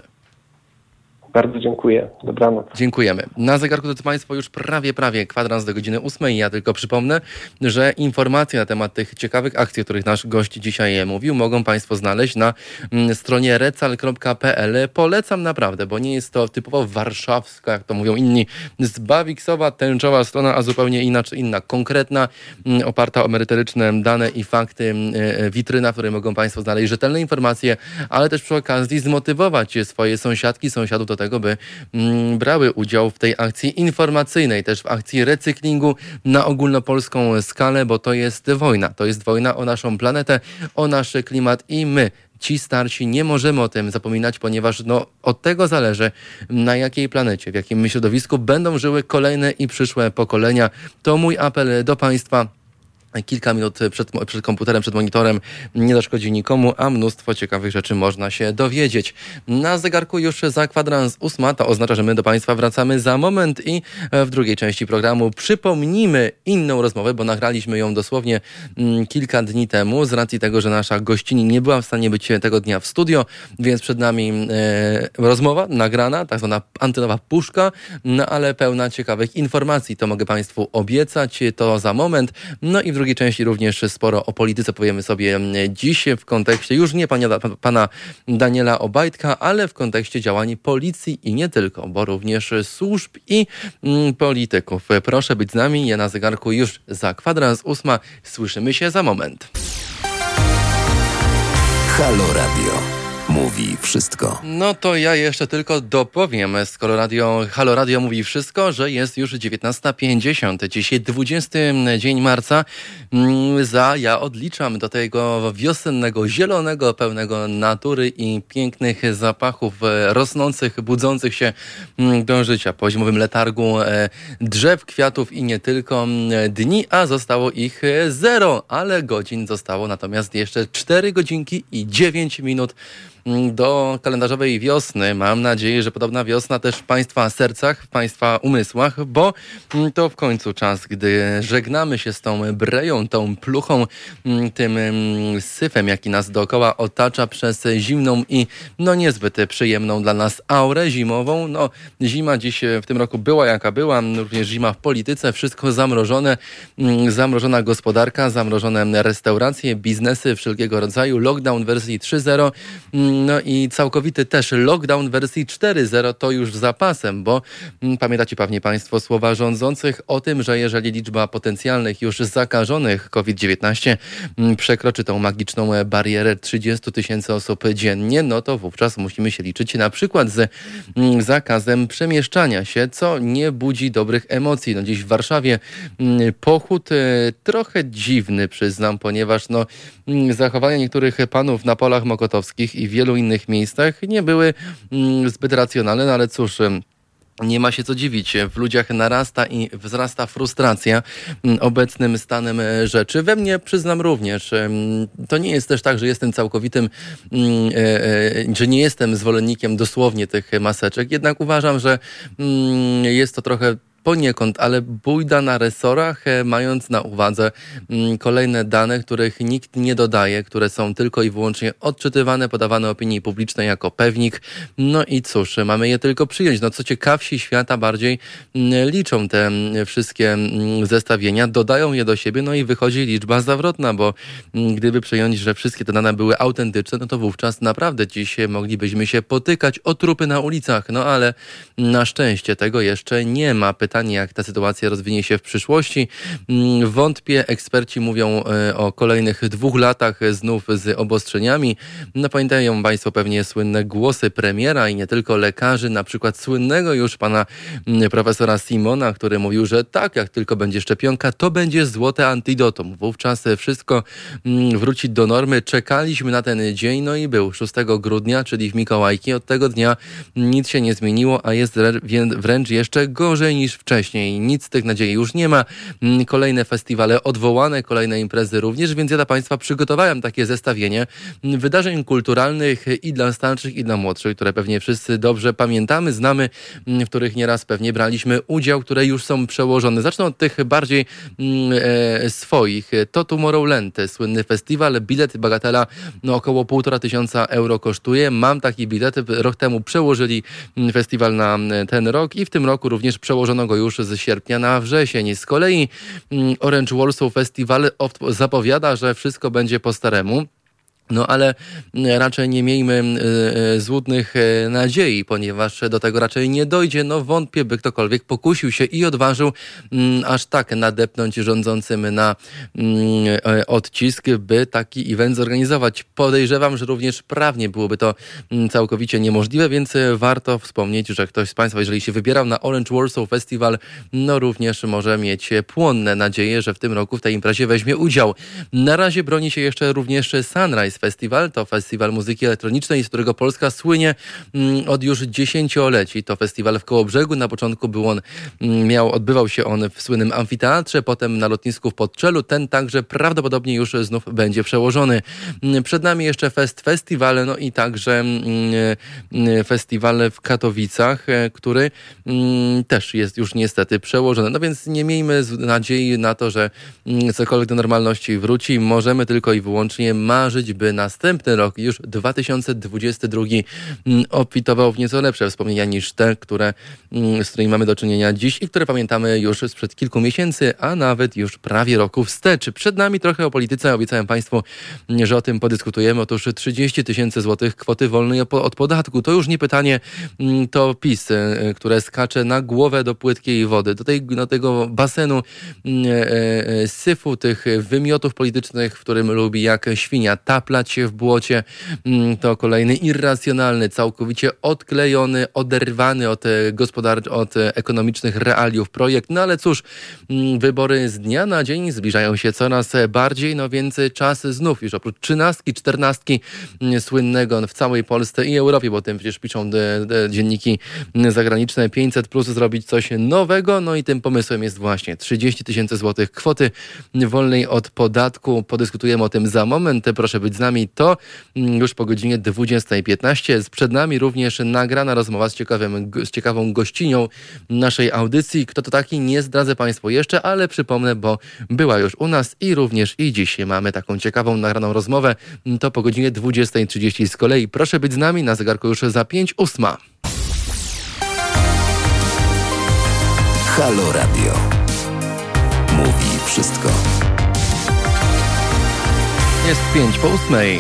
Bardzo dziękuję. Dobranoc. Dziękujemy. Na zegarku, drodzy Państwo, już prawie, prawie kwadrans do godziny ósmej. Ja tylko przypomnę, że informacje na temat tych ciekawych akcji, o których nasz gość dzisiaj mówił, mogą Państwo znaleźć na stronie recal kropka p l. Polecam naprawdę, bo nie jest to typowo warszawska, jak to mówią inni, zbawiksowa, tęczowa strona, a zupełnie inaczej, inna, konkretna, oparta o merytoryczne dane i fakty, witryna, w której mogą Państwo znaleźć rzetelne informacje, ale też przy okazji zmotywować swoje sąsiadki, sąsiadów do tego, by mm, brały udział w tej akcji informacyjnej, też w akcji recyklingu na ogólnopolską skalę, bo to jest wojna. To jest wojna o naszą planetę, o nasz klimat i my, ci starsi, nie możemy o tym zapominać, ponieważ no, od tego zależy, na jakiej planecie, w jakim środowisku będą żyły kolejne i przyszłe pokolenia. To mój apel do Państwa. Kilka minut przed, przed komputerem, przed monitorem nie zaszkodzi nikomu, a mnóstwo ciekawych rzeczy można się dowiedzieć. Na zegarku już za kwadrans ósma, to oznacza, że my do Państwa wracamy za moment i w drugiej części programu przypomnimy inną rozmowę, bo nagraliśmy ją dosłownie mm, kilka dni temu z racji tego, że nasza gościni nie była w stanie być tego dnia w studio, więc przed nami e, rozmowa nagrana, tak zwana antenowa puszka, no ale pełna ciekawych informacji. To mogę Państwu obiecać, to za moment. No i w drugiej części również sporo o polityce powiemy sobie dziś w kontekście już nie pana, pana Daniela Obajtka, ale w kontekście działań policji i nie tylko, bo również służb i mm, polityków. Proszę być z nami, ja na zegarku już za kwadrans ósma. Słyszymy się za moment. Halo Radio. Mówi wszystko. No to ja jeszcze tylko dopowiem, skoro radio, Halo Radio mówi wszystko, że jest już dziewiętnasta pięćdziesiąt. Dzisiaj dwudziesty dzień marca. Za ja odliczam do tego wiosennego, zielonego, pełnego natury i pięknych zapachów rosnących, budzących się do życia po zimowym letargu drzew, kwiatów i nie tylko dni, a zostało ich zero, ale godzin zostało natomiast jeszcze cztery godzinki i dziewięć minut do kalendarzowej wiosny. Mam nadzieję, że podobna wiosna też w Państwa sercach, w Państwa umysłach, bo to w końcu czas, gdy żegnamy się z tą breją, tą pluchą, tym syfem, jaki nas dookoła otacza przez zimną i no niezbyt przyjemną dla nas aurę zimową. No zima dziś w tym roku była jaka była, również zima w polityce, wszystko zamrożone, zamrożona gospodarka, zamrożone restauracje, biznesy wszelkiego rodzaju, lockdown wersji trzy zero, no i całkowity też lockdown wersji cztery zero to już za pasem, bo m, pamiętacie pewnie Państwo słowa rządzących o tym, że jeżeli liczba potencjalnych już zakażonych COVID dziewiętnaście m, przekroczy tą magiczną barierę trzydzieści tysięcy osób dziennie, no to wówczas musimy się liczyć na przykład z m, zakazem przemieszczania się, co nie budzi dobrych emocji. No dziś w Warszawie m, pochód e, trochę dziwny, przyznam, ponieważ no, m, zachowania niektórych panów na polach mokotowskich i wielu innych miejscach nie były mm, zbyt racjonalne, no ale cóż, nie ma się co dziwić. W ludziach narasta i wzrasta frustracja obecnym stanem rzeczy. We mnie, przyznam również, to nie jest też tak, że jestem całkowitym, że nie jestem zwolennikiem dosłownie tych maseczek, jednak uważam, że jest to trochę poniekąd, ale bujda na resorach, mając na uwadze kolejne dane, których nikt nie dodaje, które są tylko i wyłącznie odczytywane, podawane opinii publicznej jako pewnik. No i cóż, mamy je tylko przyjąć. No co ciekawsi świata bardziej liczą te wszystkie zestawienia, dodają je do siebie, no i wychodzi liczba zawrotna, bo gdyby przyjąć, że wszystkie te dane były autentyczne, no to wówczas naprawdę dziś moglibyśmy się potykać o trupy na ulicach. No ale na szczęście tego jeszcze nie ma. Pytanie, jak ta sytuacja rozwinie się w przyszłości. Wątpię. Eksperci mówią o kolejnych dwóch latach znów z obostrzeniami. No pamiętają Państwo pewnie słynne głosy premiera i nie tylko lekarzy, na przykład słynnego już pana profesora Simona, który mówił, że tak, jak tylko będzie szczepionka, to będzie złote antidotum. Wówczas wszystko wróci do normy. Czekaliśmy na ten dzień, no i był szóstego grudnia, czyli w Mikołajki. Od tego dnia nic się nie zmieniło, a jest wręcz jeszcze gorzej niż wcześniej. Nic z tych nadziei już nie ma. Kolejne festiwale odwołane, kolejne imprezy również, więc ja dla Państwa przygotowałem takie zestawienie wydarzeń kulturalnych i dla starszych, i dla młodszych, które pewnie wszyscy dobrze pamiętamy, znamy, w których nieraz pewnie braliśmy udział, które już są przełożone. Zacznę od tych bardziej e, swoich. To Tomorrowland, słynny festiwal, bilet bagatela no, około półtora tysiąca euro kosztuje. Mam taki bilet. Rok temu przełożyli festiwal na ten rok i w tym roku również przełożono go już z sierpnia na wrzesień. Z kolei Orange Warsaw Festival zapowiada, że wszystko będzie po staremu. No ale raczej nie miejmy y, złudnych y, nadziei, ponieważ do tego raczej nie dojdzie. No wątpię, by ktokolwiek pokusił się i odważył y, aż tak nadepnąć rządzącym na y, odcisk, by taki event zorganizować. Podejrzewam, że również prawnie byłoby to y, całkowicie niemożliwe, więc y, warto wspomnieć, że ktoś z Państwa, jeżeli się wybierał na Orange Warsaw Festival, no również może mieć płonne nadzieje, że w tym roku w tej imprezie weźmie udział. Na razie broni się jeszcze również Sunrise Festival, to festiwal muzyki elektronicznej, z którego Polska słynie mm, od już dziesięcioleci. To festiwal w Kołobrzegu. Na początku był on, mm, miał, odbywał się on w słynnym amfiteatrze, potem na lotnisku w Podczelu. Ten także prawdopodobnie już znów będzie przełożony. Mm, przed nami jeszcze Fest Festival, no i także mm, festiwal w Katowicach, który mm, też jest już niestety przełożony. No więc nie miejmy nadziei na to, że mm, cokolwiek do normalności wróci. Możemy tylko i wyłącznie marzyć, by następny rok, już dwa tysiące dwudziesty drugi, obfitował w nieco lepsze wspomnienia niż te, które, z którymi mamy do czynienia dziś i które pamiętamy już sprzed kilku miesięcy, a nawet już prawie roku wstecz. Przed nami trochę o polityce. Obiecałem Państwu, że o tym podyskutujemy. Otóż trzydzieści tysięcy złotych kwoty wolnej od podatku. To już nie pytanie, to PiS, które skacze na głowę do płytkiej wody, do, tej, do tego basenu e, syfu, tych wymiotów politycznych, w którym lubi jak świnia taplać się w błocie. To kolejny irracjonalny, całkowicie odklejony, oderwany od gospodarczych, od ekonomicznych realiów projekt. No ale cóż, wybory z dnia na dzień zbliżają się coraz bardziej, no więc czas znów już oprócz trzynastki, czternastki słynnego w całej Polsce i Europie, bo o tym przecież piszą de, de, dzienniki zagraniczne, pięćset plus zrobić coś nowego, no i tym pomysłem jest właśnie trzydzieści tysięcy złotych kwoty wolnej od podatku. Podyskutujemy o tym za moment. Proszę być z nami. To już po godzinie dwudziestej piętnaście. Przed nami również nagrana rozmowa z, ciekawym, z ciekawą gościnią naszej audycji. Kto to taki, nie zdradzę Państwu jeszcze, ale przypomnę, bo była już u nas i również i dziś mamy taką ciekawą nagraną rozmowę. To po godzinie dwudziestej trzydzieści z kolei. Proszę być z nami. Na zegarku już za pięć ósma. Halo Radio. Mówi wszystko. Jest pięć po ósmej.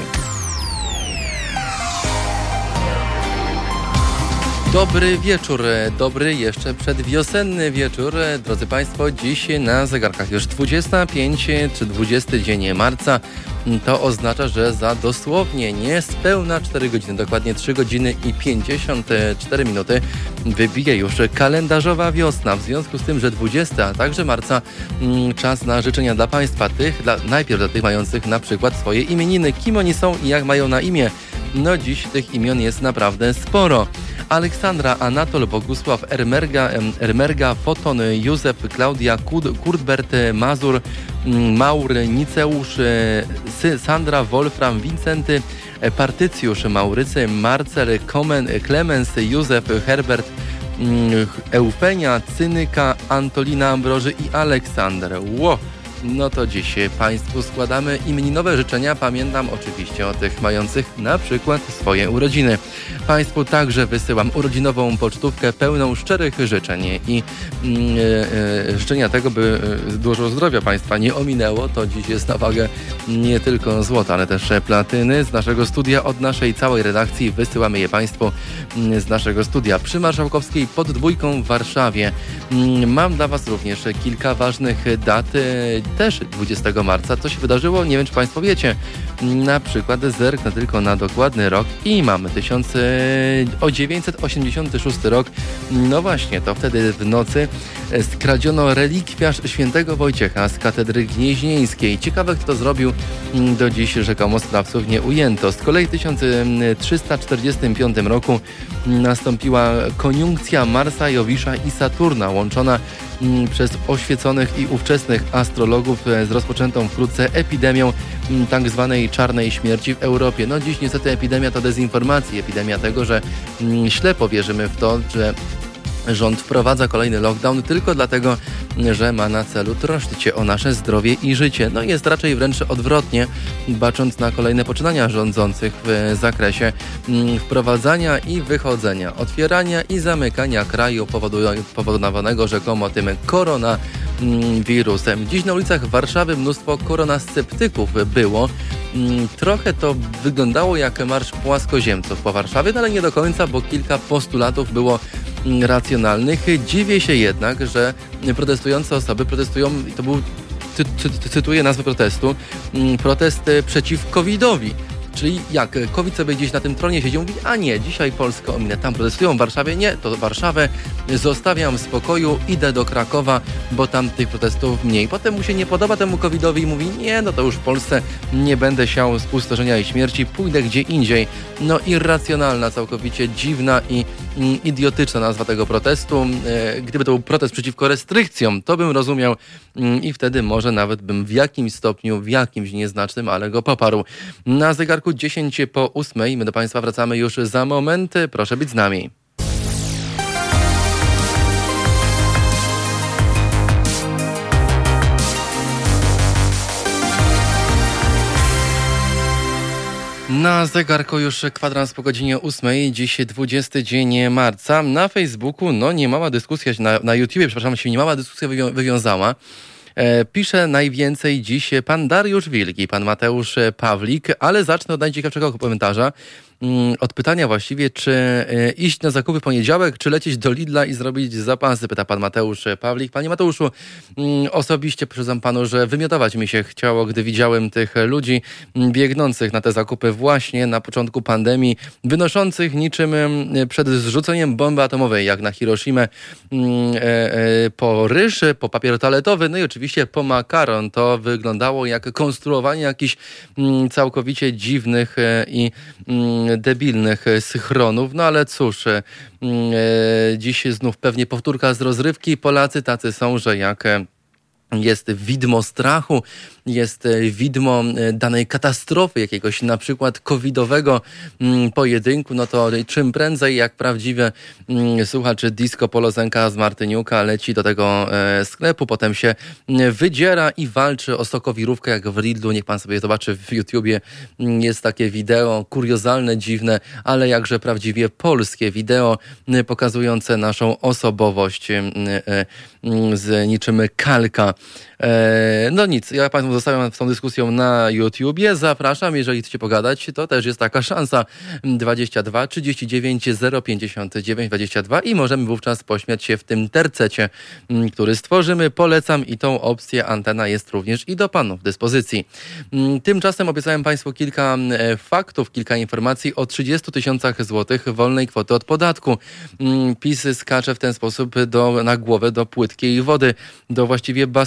Dobry wieczór, dobry jeszcze przedwiosenny wieczór. Drodzy Państwo, dziś na zegarkach już dwudziesty piąty czy dwudziesty dzień marca. To oznacza, że za dosłownie niespełna cztery godziny, dokładnie trzy godziny i pięćdziesiąt cztery minuty wybije już kalendarzowa wiosna. W związku z tym, że dwudziestego, a także marca czas na życzenia dla Państwa, tych dla, najpierw dla tych mających na przykład swoje imieniny. Kim oni są i jak mają na imię? No dziś tych imion jest naprawdę sporo. Aleksandra, Anatol, Bogusław, Ermerga, Ermerga, Foton, Józef, Klaudia, Kud, Kurtbert, Mazur, Maur, Niceusz, Sandra, Wolfram, Wincenty, Partycjusz, Maurycy, Marcel, Komen, Klemens, Józef, Herbert, Eufenia, Cynyka, Antolina Ambroży i Aleksander. Ło! No to dziś Państwu składamy imieninowe życzenia. Pamiętam oczywiście o tych mających na przykład swoje urodziny. Państwu także wysyłam urodzinową pocztówkę pełną szczerych życzeń i mm, e, życzenia tego, by dużo zdrowia Państwa nie ominęło. To dziś jest na wagę nie tylko złota, ale też platyny. Z naszego studia, od naszej całej redakcji wysyłamy je Państwu z naszego studia przy Marszałkowskiej pod Dwójką w Warszawie. Mam dla Was również kilka ważnych dat. Też dwudziestego marca. Co się wydarzyło? Nie wiem, czy Państwo wiecie. Na przykład zerknę tylko na dokładny rok i mamy tysiąc dziewięćset osiemdziesiąty szósty rok. No właśnie, to wtedy w nocy skradziono relikwiarz świętego Wojciecha z katedry gnieźnieńskiej. Ciekawe, kto to zrobił. Do dziś rzekomo sprawców nie ujęto. Z kolei w tysiąc trzysta czterdziestym piątym roku nastąpiła koniunkcja Marsa, Jowisza i Saturna, łączona przez oświeconych i ówczesnych astrologów z rozpoczętą wkrótce epidemią tak zwanej czarnej śmierci w Europie. No dziś niestety epidemia to dezinformacja, epidemia tego, że ślepo wierzymy w to, że rząd wprowadza kolejny lockdown tylko dlatego, że ma na celu troszczyć się o nasze zdrowie i życie. No jest raczej wręcz odwrotnie, bacząc na kolejne poczynania rządzących w zakresie wprowadzania i wychodzenia, otwierania i zamykania kraju powodowanego rzekomo tym koronawirusem. Dziś na ulicach Warszawy mnóstwo koronasceptyków było. Trochę to wyglądało jak marsz płaskoziemców po Warszawie, no ale nie do końca, bo kilka postulatów było racjonalnych. Dziwię się jednak, że protestujące osoby protestują, to był, cy, cy, cytuję nazwę protestu, protest przeciw covidowi. Czyli jak COVID sobie gdzieś na tym tronie siedzi, mówi, a nie, dzisiaj Polskę ominę, tam protestują w Warszawie, nie, to Warszawę zostawiam w spokoju, idę do Krakowa, bo tam tych protestów mniej. Potem mu się nie podoba temu covidowi i mówi, nie, no to już w Polsce nie będę siał spustoszenia i śmierci, pójdę gdzie indziej. No irracjonalna, całkowicie dziwna i mm, idiotyczna nazwa tego protestu. E, gdyby to był protest przeciwko restrykcjom, to bym rozumiał mm, i wtedy może nawet bym w jakimś stopniu, w jakimś nieznacznym, ale go poparł. Na zegarku dziesięć po ósmej. My do Państwa wracamy już za moment. Proszę być z nami. Na zegarku już kwadrans po godzinie ósmej. Dziś dwudziesty dzień marca. Na Facebooku, no niemała dyskusja, na, na YouTubie, przepraszam, się niemała dyskusja wywią- wywiązała. E, pisze najwięcej dziś pan Dariusz Wilki, pan Mateusz Pawlik, ale zacznę od najciekawszego komentarza. Od pytania właściwie, czy iść na zakupy w poniedziałek, czy lecieć do Lidla i zrobić zapasy, pyta pan Mateusz Pawlik. Panie Mateuszu, osobiście przyznam panu, że wymiotować mi się chciało, gdy widziałem tych ludzi biegnących na te zakupy właśnie na początku pandemii, wynoszących niczym przed zrzuceniem bomby atomowej, jak na Hiroshimę, po ryż, po papier toaletowy, no i oczywiście po makaron. To wyglądało jak konstruowanie jakichś całkowicie dziwnych i debilnych schronów, no ale cóż, e, dziś znów pewnie powtórka z rozrywki. Polacy tacy są, że jak jest widmo strachu, jest widmo danej katastrofy, jakiegoś na przykład covidowego pojedynku, no to czym prędzej, jak prawdziwy słuchacz disco polo Zenka z Martyniuka leci do tego sklepu, potem się wydziera i walczy o sokowirówkę jak w Lidlu. Niech pan sobie zobaczy w YouTubie, jest takie wideo kuriozalne, dziwne, ale jakże prawdziwie polskie wideo pokazujące naszą osobowość z niczym kalka. No nic, ja Państwu zostawiam z tą dyskusją na YouTubie. Zapraszam, jeżeli chcecie pogadać, to też jest taka szansa. dwadzieścia dwa trzydzieści dziewięć zero pięćdziesiąt dziewięć dwadzieścia dwa i możemy wówczas pośmiać się w tym tercecie, który stworzymy. Polecam i tą opcję. Antena jest również i do Panów dyspozycji. Tymczasem obiecałem Państwu kilka faktów, kilka informacji o trzydziestu tysiącach złotych wolnej kwoty od podatku. PiS skacze w ten sposób do, na głowę do płytkiej wody, do właściwie basenu bez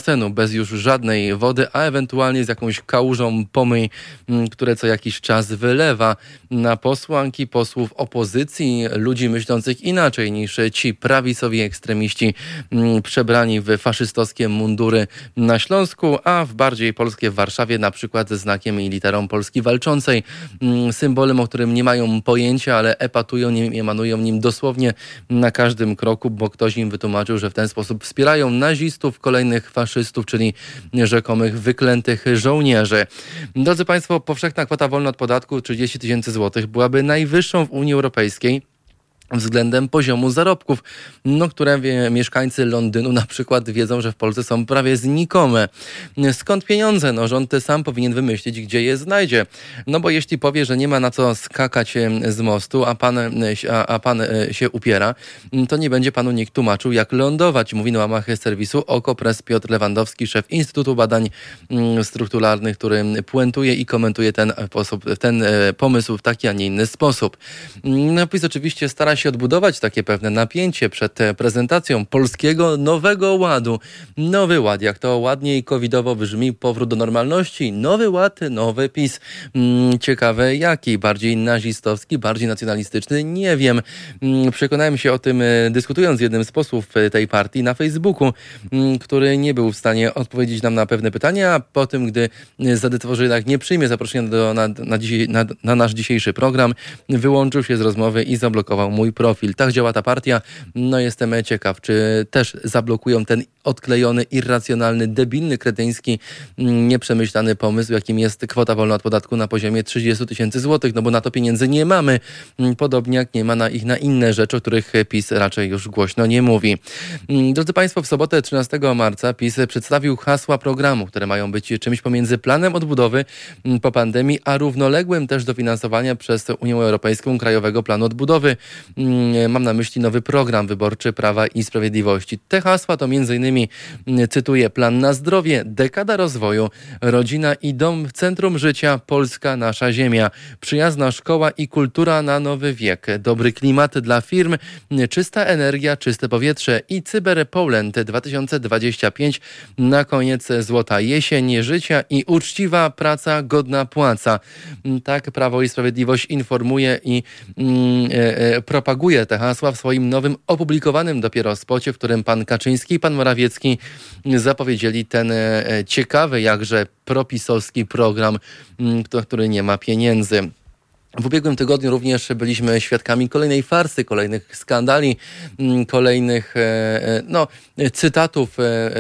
bez już żadnej wody, a ewentualnie z jakąś kałużą pomyj, które co jakiś czas wylewa na posłanki, posłów opozycji, ludzi myślących inaczej niż ci prawicowi ekstremiści przebrani w faszystowskie mundury na Śląsku, a w bardziej polskie w Warszawie, na przykład ze znakiem i literą Polski Walczącej, symbolem, o którym nie mają pojęcia, ale epatują nim, emanują nim dosłownie na każdym kroku, bo ktoś im wytłumaczył, że w ten sposób wspierają nazistów, kolejnych faszystów, czyli rzekomych wyklętych żołnierzy. Drodzy Państwo, powszechna kwota wolna od podatku trzydzieści tysięcy złotych byłaby najwyższą w Unii Europejskiej względem poziomu zarobków, no, które wie, mieszkańcy Londynu na przykład wiedzą, że w Polsce są prawie znikome. Skąd pieniądze? No, rząd sam powinien wymyślić, gdzie je znajdzie. No bo jeśli powie, że nie ma na co skakać z mostu, a pan, a, a pan się upiera, to nie będzie panu nikt tłumaczył, jak lądować. Mówi na łamach serwisu Okopres Piotr Lewandowski, szef Instytutu Badań Strukturalnych, który puentuje i komentuje ten, ten pomysł w taki, a nie inny sposób. No, PiS oczywiście stara się odbudować takie pewne napięcie przed prezentacją polskiego Nowego Ładu. Nowy Ład, jak to ładnie i covidowo brzmi, powrót do normalności. Nowy Ład, nowy PiS. Hmm, ciekawe jaki, bardziej nazistowski, bardziej nacjonalistyczny, nie wiem. Hmm, przekonałem się o tym dyskutując z jednym z posłów tej partii na Facebooku, hmm, który nie był w stanie odpowiedzieć nam na pewne pytania, a po tym, gdy zadecydował, że jednak nie przyjmie zaproszenia do, na, na, dzisiaj, na, na nasz dzisiejszy program, wyłączył się z rozmowy i zablokował mój profil. Tak działa ta partia. No jestem ciekaw, czy też zablokują ten odklejony, irracjonalny, debilny, kretyński, nieprzemyślany pomysł, jakim jest kwota wolna od podatku na poziomie trzydzieści tysięcy złotych, no bo na to pieniędzy nie mamy. Podobnie jak nie ma na ich na inne rzeczy, o których PiS raczej już głośno nie mówi. Drodzy Państwo, w sobotę trzynastego marca PiS przedstawił hasła programu, które mają być czymś pomiędzy planem odbudowy po pandemii, a równoległym też dofinansowania przez Unię Europejską Krajowego Planu Odbudowy. Mam na myśli nowy program wyborczy Prawa i Sprawiedliwości. Te hasła to między innymi, cytuję, plan na zdrowie, dekada rozwoju, rodzina i dom w centrum życia, Polska nasza ziemia, przyjazna szkoła i kultura na nowy wiek, dobry klimat dla firm, czysta energia, czyste powietrze i Cyber Poland dwa tysiące dwudziesty piąty. Na koniec złota jesień życia i uczciwa praca, godna płaca. Tak Prawo i Sprawiedliwość informuje i mm, e, propaguje te hasła w swoim nowym, opublikowanym dopiero spocie, w którym pan Kaczyński i pan Morawiecki zapowiedzieli ten e, ciekawy, jakże propisowski program, m, który nie ma pieniędzy. W ubiegłym tygodniu również byliśmy świadkami kolejnej farsy, kolejnych skandali, kolejnych no, cytatów,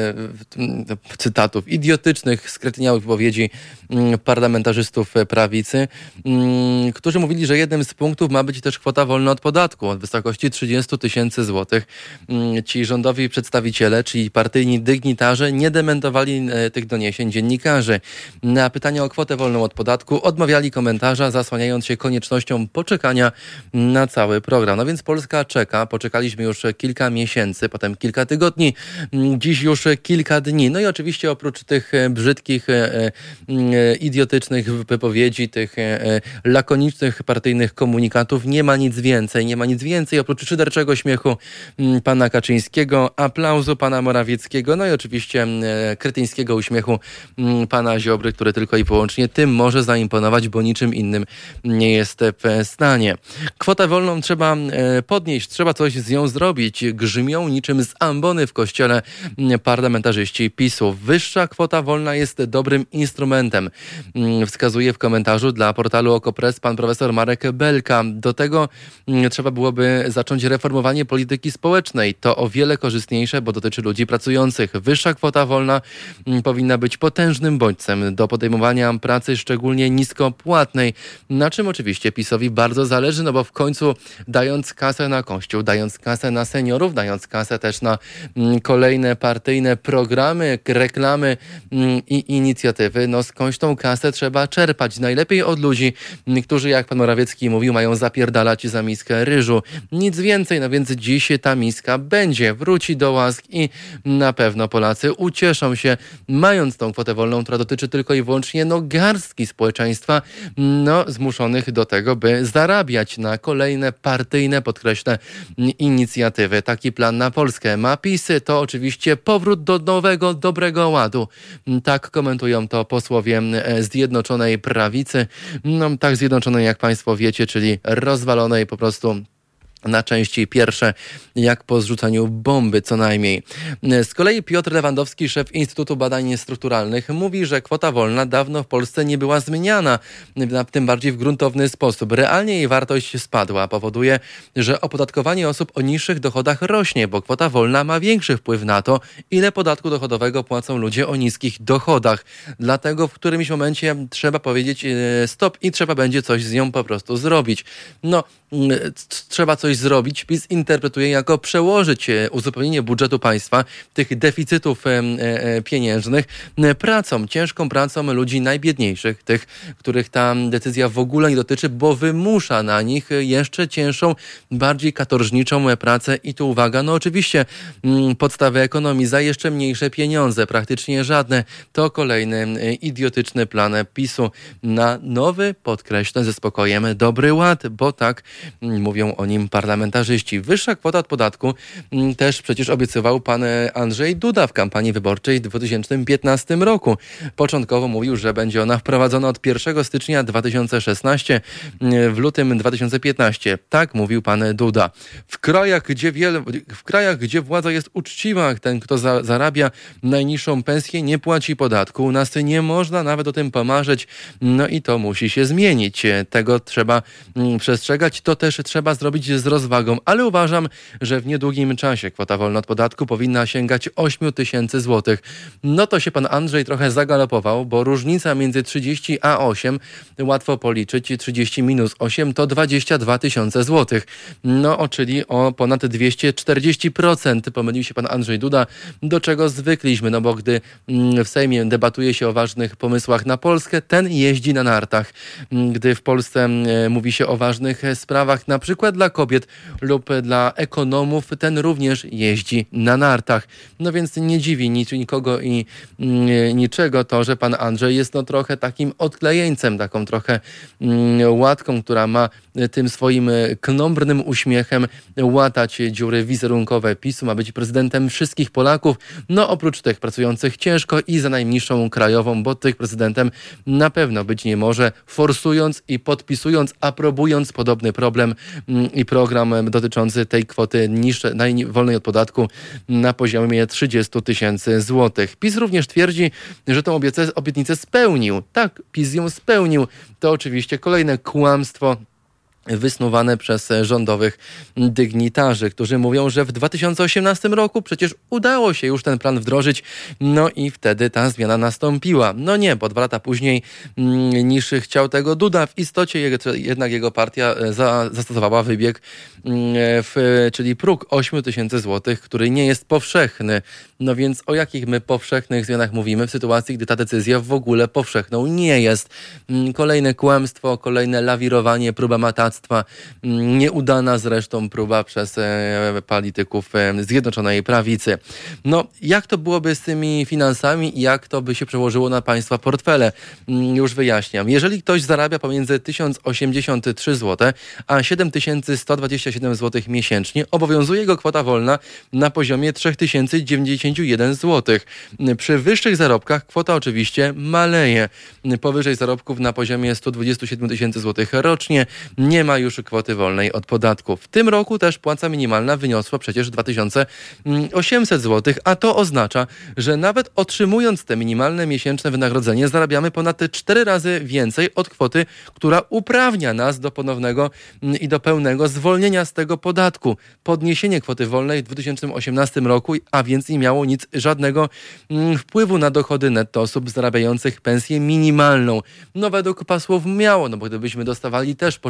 cytatów idiotycznych, skretyniałych wypowiedzi parlamentarzystów prawicy, którzy mówili, że jednym z punktów ma być też kwota wolna od podatku od wysokości trzydzieści tysięcy złotych. Ci rządowi przedstawiciele, czyli partyjni dygnitarze nie dementowali tych doniesień dziennikarzy. Na pytanie o kwotę wolną od podatku odmawiali komentarza, zasłaniając się koniecznością poczekania na cały program. No więc Polska czeka. Poczekaliśmy już kilka miesięcy, potem kilka tygodni, dziś już kilka dni. No i oczywiście oprócz tych brzydkich, e, e, idiotycznych wypowiedzi, tych e, lakonicznych partyjnych komunikatów nie ma nic więcej. Nie ma nic więcej oprócz szyderczego śmiechu m, pana Kaczyńskiego, aplauzu pana Morawieckiego, no i oczywiście e, kretyńskiego uśmiechu m, pana Ziobry, który tylko i wyłącznie tym może zaimponować, bo niczym innym nie jest w stanie. Kwotę wolną trzeba podnieść, trzeba coś z nią zrobić. Grzmią niczym z ambony w kościele parlamentarzyści PiSu. Wyższa kwota wolna jest dobrym instrumentem, wskazuje w komentarzu dla portalu Okopres pan profesor Marek Belka. Do tego trzeba byłoby zacząć reformowanie polityki społecznej. To o wiele korzystniejsze, bo dotyczy ludzi pracujących. Wyższa kwota wolna powinna być potężnym bodźcem do podejmowania pracy, szczególnie niskopłatnej, na czym oczywiście PiSowi bardzo zależy, no bo w końcu dając kasę na Kościół, dając kasę na seniorów, dając kasę też na mm, kolejne partyjne programy, reklamy mm, i inicjatywy, no skądś tą kasę trzeba czerpać. Najlepiej od ludzi, m, którzy, jak pan Morawiecki mówił, mają zapierdalać za miskę ryżu. Nic więcej, no więc dziś ta miska będzie, wróci do łask i na pewno Polacy ucieszą się, mając tą kwotę wolną, która dotyczy tylko i wyłącznie no garstki społeczeństwa, no zmuszonych zdolnych do tego, by zarabiać na kolejne partyjne, podkreślę, inicjatywy. Taki plan na Polskę ma PiS. To oczywiście powrót do nowego, dobrego ładu. Tak komentują to posłowie Zjednoczonej Prawicy. No, tak zjednoczonej, jak państwo wiecie, czyli rozwalonej po prostu na części pierwsze, jak po zrzucaniu bomby co najmniej. Z kolei Piotr Lewandowski, szef Instytutu Badań Strukturalnych, mówi, że kwota wolna dawno w Polsce nie była zmieniana, tym bardziej w gruntowny sposób. Realnie jej wartość spadła. Powoduje, że opodatkowanie osób o niższych dochodach rośnie, bo kwota wolna ma większy wpływ na to, ile podatku dochodowego płacą ludzie o niskich dochodach. Dlatego w którymś momencie trzeba powiedzieć stop i trzeba będzie coś z nią po prostu zrobić. No, trzeba coś zrobić. PiS interpretuje jako przełożyć uzupełnienie budżetu państwa, tych deficytów pieniężnych, pracą, ciężką pracą ludzi najbiedniejszych, tych, których ta decyzja w ogóle nie dotyczy, bo wymusza na nich jeszcze cięższą, bardziej katorżniczą pracę. I tu uwaga, no oczywiście podstawy ekonomii za jeszcze mniejsze pieniądze, praktycznie żadne. To kolejny idiotyczny plan PiSu na nowy, podkreślę ze spokojem, dobry ład, bo tak mówią o nim parlamentarzyści. Wyższa kwota od podatku też przecież obiecywał pan Andrzej Duda w kampanii wyborczej w dwa tysiące piętnastym roku. Początkowo mówił, że będzie ona wprowadzona od pierwszego stycznia dwa tysiące szesnastego, w lutym dwa tysiące piętnastego. Tak mówił pan Duda. W krajach, gdzie, wiele, w krajach, gdzie władza jest uczciwa, ten, kto za, zarabia najniższą pensję, nie płaci podatku. U nas nie można nawet o tym pomarzyć. No i to musi się zmienić. Tego trzeba przestrzegać. To też trzeba zrobić z rozwagą, ale uważam, że w niedługim czasie kwota wolna od podatku powinna sięgać osiem tysięcy złotych. No to się pan Andrzej trochę zagalopował, bo różnica między trzydzieści a osiem, łatwo policzyć, trzydzieści minus osiem to dwadzieścia dwa tysiące złotych. No, czyli o ponad dwieście czterdzieści procent pomylił się pan Andrzej Duda, do czego zwykliśmy, no bo gdy w Sejmie debatuje się o ważnych pomysłach na Polskę, ten jeździ na nartach. Gdy w Polsce mówi się o ważnych sprawach, na przykład dla kobiet lub dla ekonomów, ten również jeździ na nartach. No więc nie dziwi nic, nikogo i niczego to, że pan Andrzej jest no trochę takim odklejeńcem, taką trochę łatką, która ma tym swoim knombrnym uśmiechem łatać dziury wizerunkowe PiSu, ma być prezydentem wszystkich Polaków, no oprócz tych pracujących ciężko i za najmniejszą krajową, bo tych prezydentem na pewno być nie może, forsując i podpisując, aprobując podobny problem i program dotyczący tej kwoty niższej, wolnej od podatku na poziomie trzydzieści tysięcy złotych. PiS również twierdzi, że tę obietnicę spełnił. Tak, PiS ją spełnił. To oczywiście kolejne kłamstwo wysnuwane przez rządowych dygnitarzy, którzy mówią, że w dwa tysiące osiemnastym roku przecież udało się już ten plan wdrożyć, no i wtedy ta zmiana nastąpiła. No nie, bo dwa lata później mm, niż chciał tego Duda, w istocie jego, jednak jego partia za, zastosowała wybieg, mm, w, czyli próg osiem tysięcy złotych, który nie jest powszechny. No więc o jakich my powszechnych zmianach mówimy w sytuacji, gdy ta decyzja w ogóle powszechną nie jest. Mm, kolejne kłamstwo, kolejne lawirowanie, próba matactwa, nieudana zresztą próba przez e, polityków e, Zjednoczonej Prawicy. No, jak to byłoby z tymi finansami i jak to by się przełożyło na państwa portfele? Mm, już wyjaśniam. Jeżeli ktoś zarabia pomiędzy tysiąc osiemdziesiąt trzy złote a siedem tysięcy sto dwadzieścia siedem złotych miesięcznie, obowiązuje go kwota wolna na poziomie trzy tysiące dziewięćdziesiąt jeden złotych. Przy wyższych zarobkach kwota oczywiście maleje. Powyżej zarobków na poziomie sto dwadzieścia siedem tysięcy złotych rocznie nie ma już kwoty wolnej od podatku. W tym roku też płaca minimalna wyniosła przecież dwa tysiące osiemset złotych, a to oznacza, że nawet otrzymując te minimalne miesięczne wynagrodzenie zarabiamy ponad cztery razy więcej od kwoty, która uprawnia nas do ponownego i do pełnego zwolnienia z tego podatku. Podniesienie kwoty wolnej w dwa tysiące osiemnastym roku, a więc nie miało nic, żadnego wpływu na dochody netto osób zarabiających pensję minimalną. No według pasłów miało, no bo gdybyśmy dostawali też po czternaście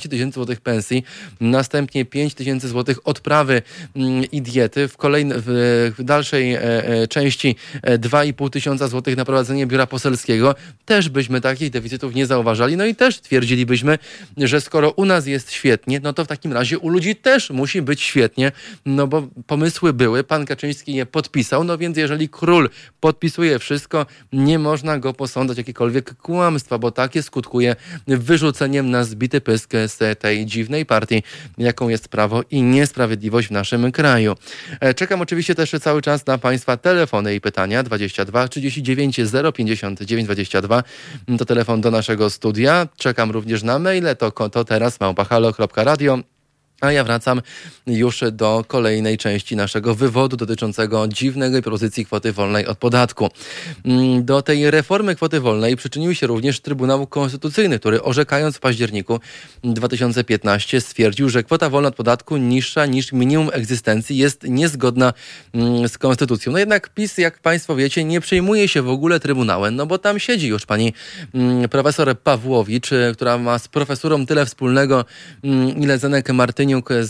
trzynaście tysięcy złotych pensji, następnie pięć tysięcy złotych odprawy i diety, w, kolejne, w, w dalszej e, e, części dwa i pół tysiąca złotych na prowadzenie biura poselskiego, też byśmy takich deficytów nie zauważali, no i też twierdzilibyśmy, że skoro u nas jest świetnie, no to w takim razie u ludzi też musi być świetnie, no bo pomysły były, pan Kaczyński je podpisał, no więc jeżeli król podpisuje wszystko, nie można go posądzać jakiekolwiek kłamstwa, bo takie skutkuje wyrzuceniem na zbity pysk z tej dziwnej partii, jaką jest Prawo i Niesprawiedliwość w naszym kraju. Czekam oczywiście też cały czas na Państwa telefony i pytania. dwadzieścia dwa trzydzieści dziewięć zero pięćdziesiąt dziewięć dwadzieścia dwa to telefon do naszego studia. Czekam również na maile, to, to teraz małpa halo kropka radio. A ja wracam już do kolejnej części naszego wywodu dotyczącego dziwnej propozycji kwoty wolnej od podatku. Do tej reformy kwoty wolnej przyczynił się również Trybunał Konstytucyjny, który orzekając w październiku dwa tysiące piętnastego stwierdził, że kwota wolna od podatku niższa niż minimum egzystencji jest niezgodna z konstytucją. No jednak PiS, jak Państwo wiecie, nie przejmuje się w ogóle Trybunałem, no bo tam siedzi już pani profesor Pawłowicz, która ma z profesurą tyle wspólnego, ile Zenek Martyniuk z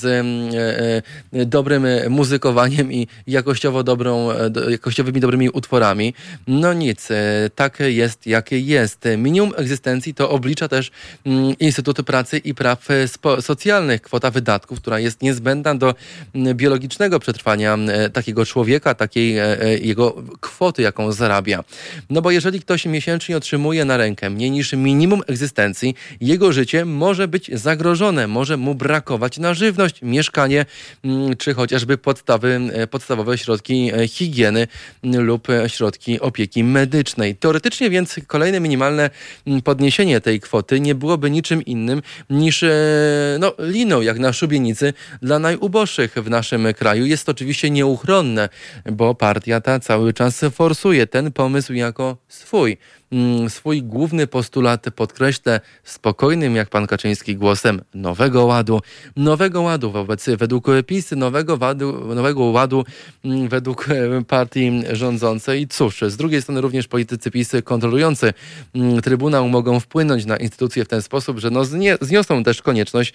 e, e, dobrym muzykowaniem i jakościowo dobrą, do, jakościowymi dobrymi utworami. No nic, e, tak jest, jakie jest. Minimum egzystencji to oblicza też m, Instytut Pracy i Praw Spo- Socjalnych. Kwota wydatków, która jest niezbędna do m, biologicznego przetrwania e, takiego człowieka, takiej e, jego kwoty, jaką zarabia. No bo jeżeli ktoś miesięcznie otrzymuje na rękę mniej niż minimum egzystencji, jego życie może być zagrożone, może mu brakować na żywność, mieszkanie, czy chociażby podstawy, podstawowe środki higieny lub środki opieki medycznej. Teoretycznie więc kolejne minimalne podniesienie tej kwoty nie byłoby niczym innym niż no, liną, jak na szubienicy dla najuboższych w naszym kraju. Jest to oczywiście nieuchronne, bo partia ta cały czas forsuje ten pomysł jako swój. Swój główny postulat, podkreślę, spokojnym jak pan Kaczyński głosem nowego ładu. Nowego ładu wobec, według PiS, nowego ładu, nowego ładu według partii rządzącej. Cóż, z drugiej strony również politycy PiS kontrolujący Trybunał mogą wpłynąć na instytucje w ten sposób, że no znie, zniosą też konieczność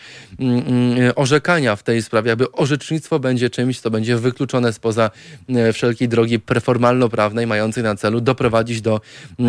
orzekania w tej sprawie, aby orzecznictwo będzie czymś, co będzie wykluczone spoza wszelkiej drogi formalno-prawnej, mającej na celu doprowadzić do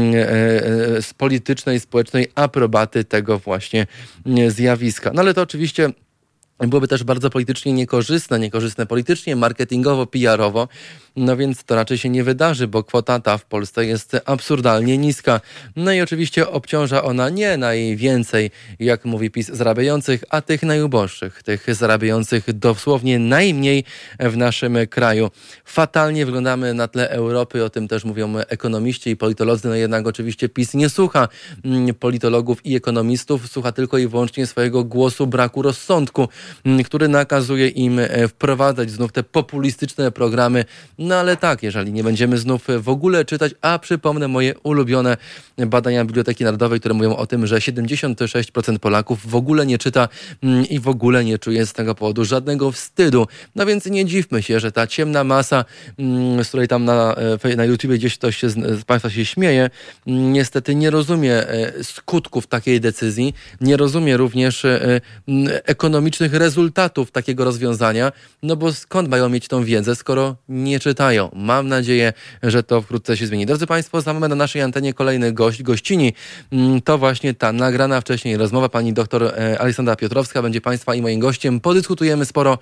z politycznej, społecznej aprobaty tego właśnie zjawiska. No ale to oczywiście byłoby też bardzo politycznie niekorzystne, niekorzystne politycznie, marketingowo, P R-owo, no więc to raczej się nie wydarzy, bo kwota ta w Polsce jest absurdalnie niska. No i oczywiście obciąża ona nie najwięcej, jak mówi PiS, zarabiających, a tych najuboższych, tych zarabiających dosłownie najmniej w naszym kraju. Fatalnie wyglądamy na tle Europy, o tym też mówią ekonomiści i politolodzy, no jednak oczywiście PiS nie słucha politologów i ekonomistów, słucha tylko i wyłącznie swojego głosu braku rozsądku, który nakazuje im wprowadzać znów te populistyczne programy. No ale tak, jeżeli nie będziemy znów w ogóle czytać, a przypomnę moje ulubione badania Biblioteki Narodowej, które mówią o tym, że siedemdziesiąt sześć procent Polaków w ogóle nie czyta i w ogóle nie czuje z tego powodu żadnego wstydu. No więc nie dziwmy się, że ta ciemna masa, z której tam na, na YouTubie gdzieś ktoś się z, z Państwa się śmieje, niestety nie rozumie skutków takiej decyzji, nie rozumie również ekonomicznych rezultatów takiego rozwiązania, no bo skąd mają mieć tą wiedzę, skoro nie czytają. Mam nadzieję, że to wkrótce się zmieni. Drodzy Państwo, za moment na naszej antenie kolejny gość, gościni. To właśnie ta nagrana wcześniej rozmowa. Pani doktor Aleksandra Piotrowska będzie Państwa i moim gościem. Podyskutujemy sporo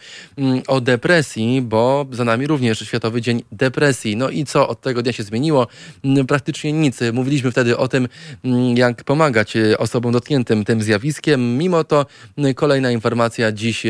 o depresji, bo za nami również Światowy Dzień Depresji. No i co od tego dnia się zmieniło? Praktycznie nic. Mówiliśmy wtedy o tym, jak pomagać osobom dotkniętym tym zjawiskiem. Mimo to kolejna informacja dziś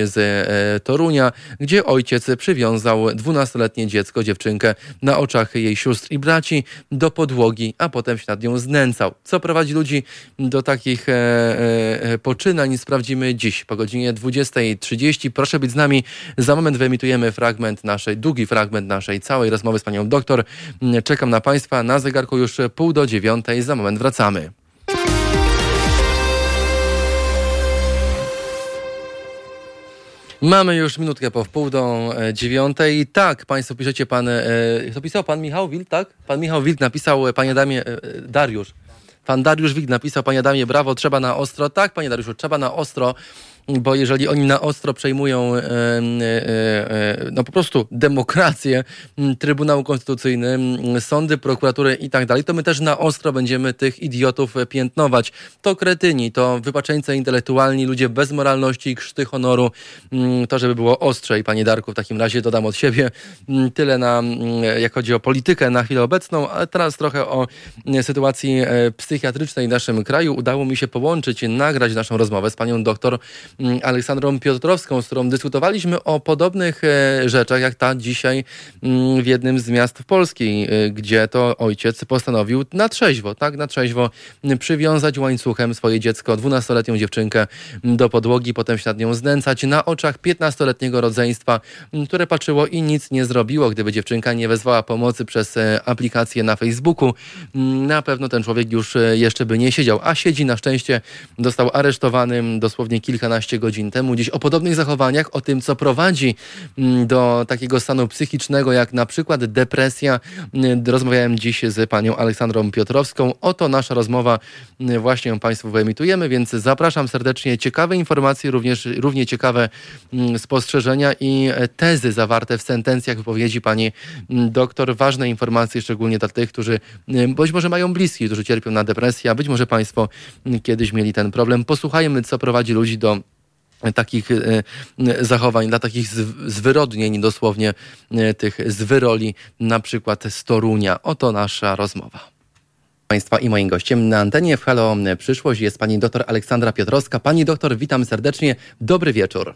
z Torunia, gdzie ojciec przywiązał dwunastoletnie dziecko, dziewczynkę na oczach jej sióstr i braci do podłogi, a potem się nad nią znęcał. Co prowadzi ludzi do takich e, e, poczynań, sprawdzimy dziś po godzinie dwudziestej trzydzieści. Proszę być z nami. Za moment wyemitujemy fragment naszej, długi fragment naszej całej rozmowy z panią doktor. Czekam na Państwa. Na zegarku już pół do dziewiątej. Za moment wracamy. Mamy już minutkę po wpół do dziewiątej. Tak, Państwo piszecie, pan, e, to pisał pan Michał Wilk, tak? Pan Michał Wilk napisał, panie Adamie, e, Dariusz. Pan Dariusz Wilk napisał, panie Adamie, brawo, trzeba na ostro. Tak, panie Dariuszu, trzeba na ostro. bo jeżeli oni na ostro przejmują e, e, no po prostu demokrację, Trybunał Konstytucyjny, sądy, prokuratury i tak dalej, to my też na ostro będziemy tych idiotów piętnować. To kretyni, to wypaczeńcy intelektualni, ludzie bez moralności i krzty honoru. To, żeby było ostrzej, panie Darku, w takim razie dodam od siebie tyle, na, jak chodzi o politykę na chwilę obecną, ale teraz trochę o sytuacji psychiatrycznej w naszym kraju. Udało mi się połączyć, nagrać naszą rozmowę z panią doktor Aleksandrą Piotrowską, z którą dyskutowaliśmy o podobnych rzeczach, jak ta dzisiaj w jednym z miast w Polski, gdzie to ojciec postanowił na trzeźwo, tak, na trzeźwo przywiązać łańcuchem swoje dziecko, dwunastoletnią dziewczynkę do podłogi, potem się nad nią znęcać na oczach piętnastoletniego rodzeństwa, które patrzyło i nic nie zrobiło. Gdyby dziewczynka nie wezwała pomocy przez aplikację na Facebooku, na pewno ten człowiek już jeszcze by nie siedział, a siedzi na szczęście, został aresztowany dosłownie kilkanaście godzin temu. Dziś o podobnych zachowaniach, o tym, co prowadzi do takiego stanu psychicznego, jak na przykład depresja. Rozmawiałem dziś z panią Aleksandrą Piotrowską. Oto nasza rozmowa, właśnie ją państwu wyemitujemy, więc zapraszam serdecznie. Ciekawe informacje, również równie ciekawe spostrzeżenia i tezy zawarte w sentencjach wypowiedzi pani doktor. Ważne informacje, szczególnie dla tych, którzy być może mają bliskich, którzy cierpią na depresję, a być może państwo kiedyś mieli ten problem. Posłuchajmy, co prowadzi ludzi do takich zachowań, dla takich zwyrodnień, dosłownie tych zwyroli, na przykład z Torunia. Oto nasza rozmowa. Państwa i moim gościem na antenie w Halo Przyszłość jest pani doktor Aleksandra Piotrowska. Pani doktor, witam serdecznie. Dobry wieczór.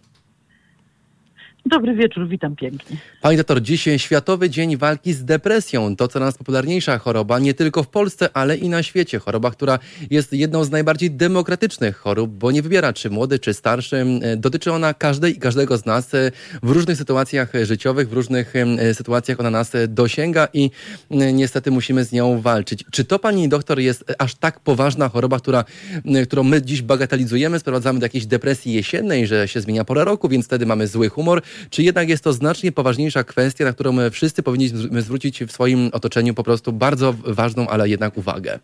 Dobry wieczór, witam pięknie. Pani doktor, dziś Światowy Dzień Walki z Depresją. To coraz popularniejsza choroba, nie tylko w Polsce, ale i na świecie. Choroba, która jest jedną z najbardziej demokratycznych chorób, bo nie wybiera, czy młody, czy starszy. Dotyczy ona każdej i każdego z nas w różnych sytuacjach życiowych, w różnych sytuacjach ona nas dosięga i niestety musimy z nią walczyć. Czy to, pani doktor, jest aż tak poważna choroba, która, którą my dziś bagatelizujemy, sprowadzamy do jakiejś depresji jesiennej, że się zmienia pora roku, więc wtedy mamy zły humor? Czy jednak jest to znacznie poważniejsza kwestia, na którą my wszyscy powinniśmy zwrócić w swoim otoczeniu po prostu bardzo ważną, ale jednak uwagę?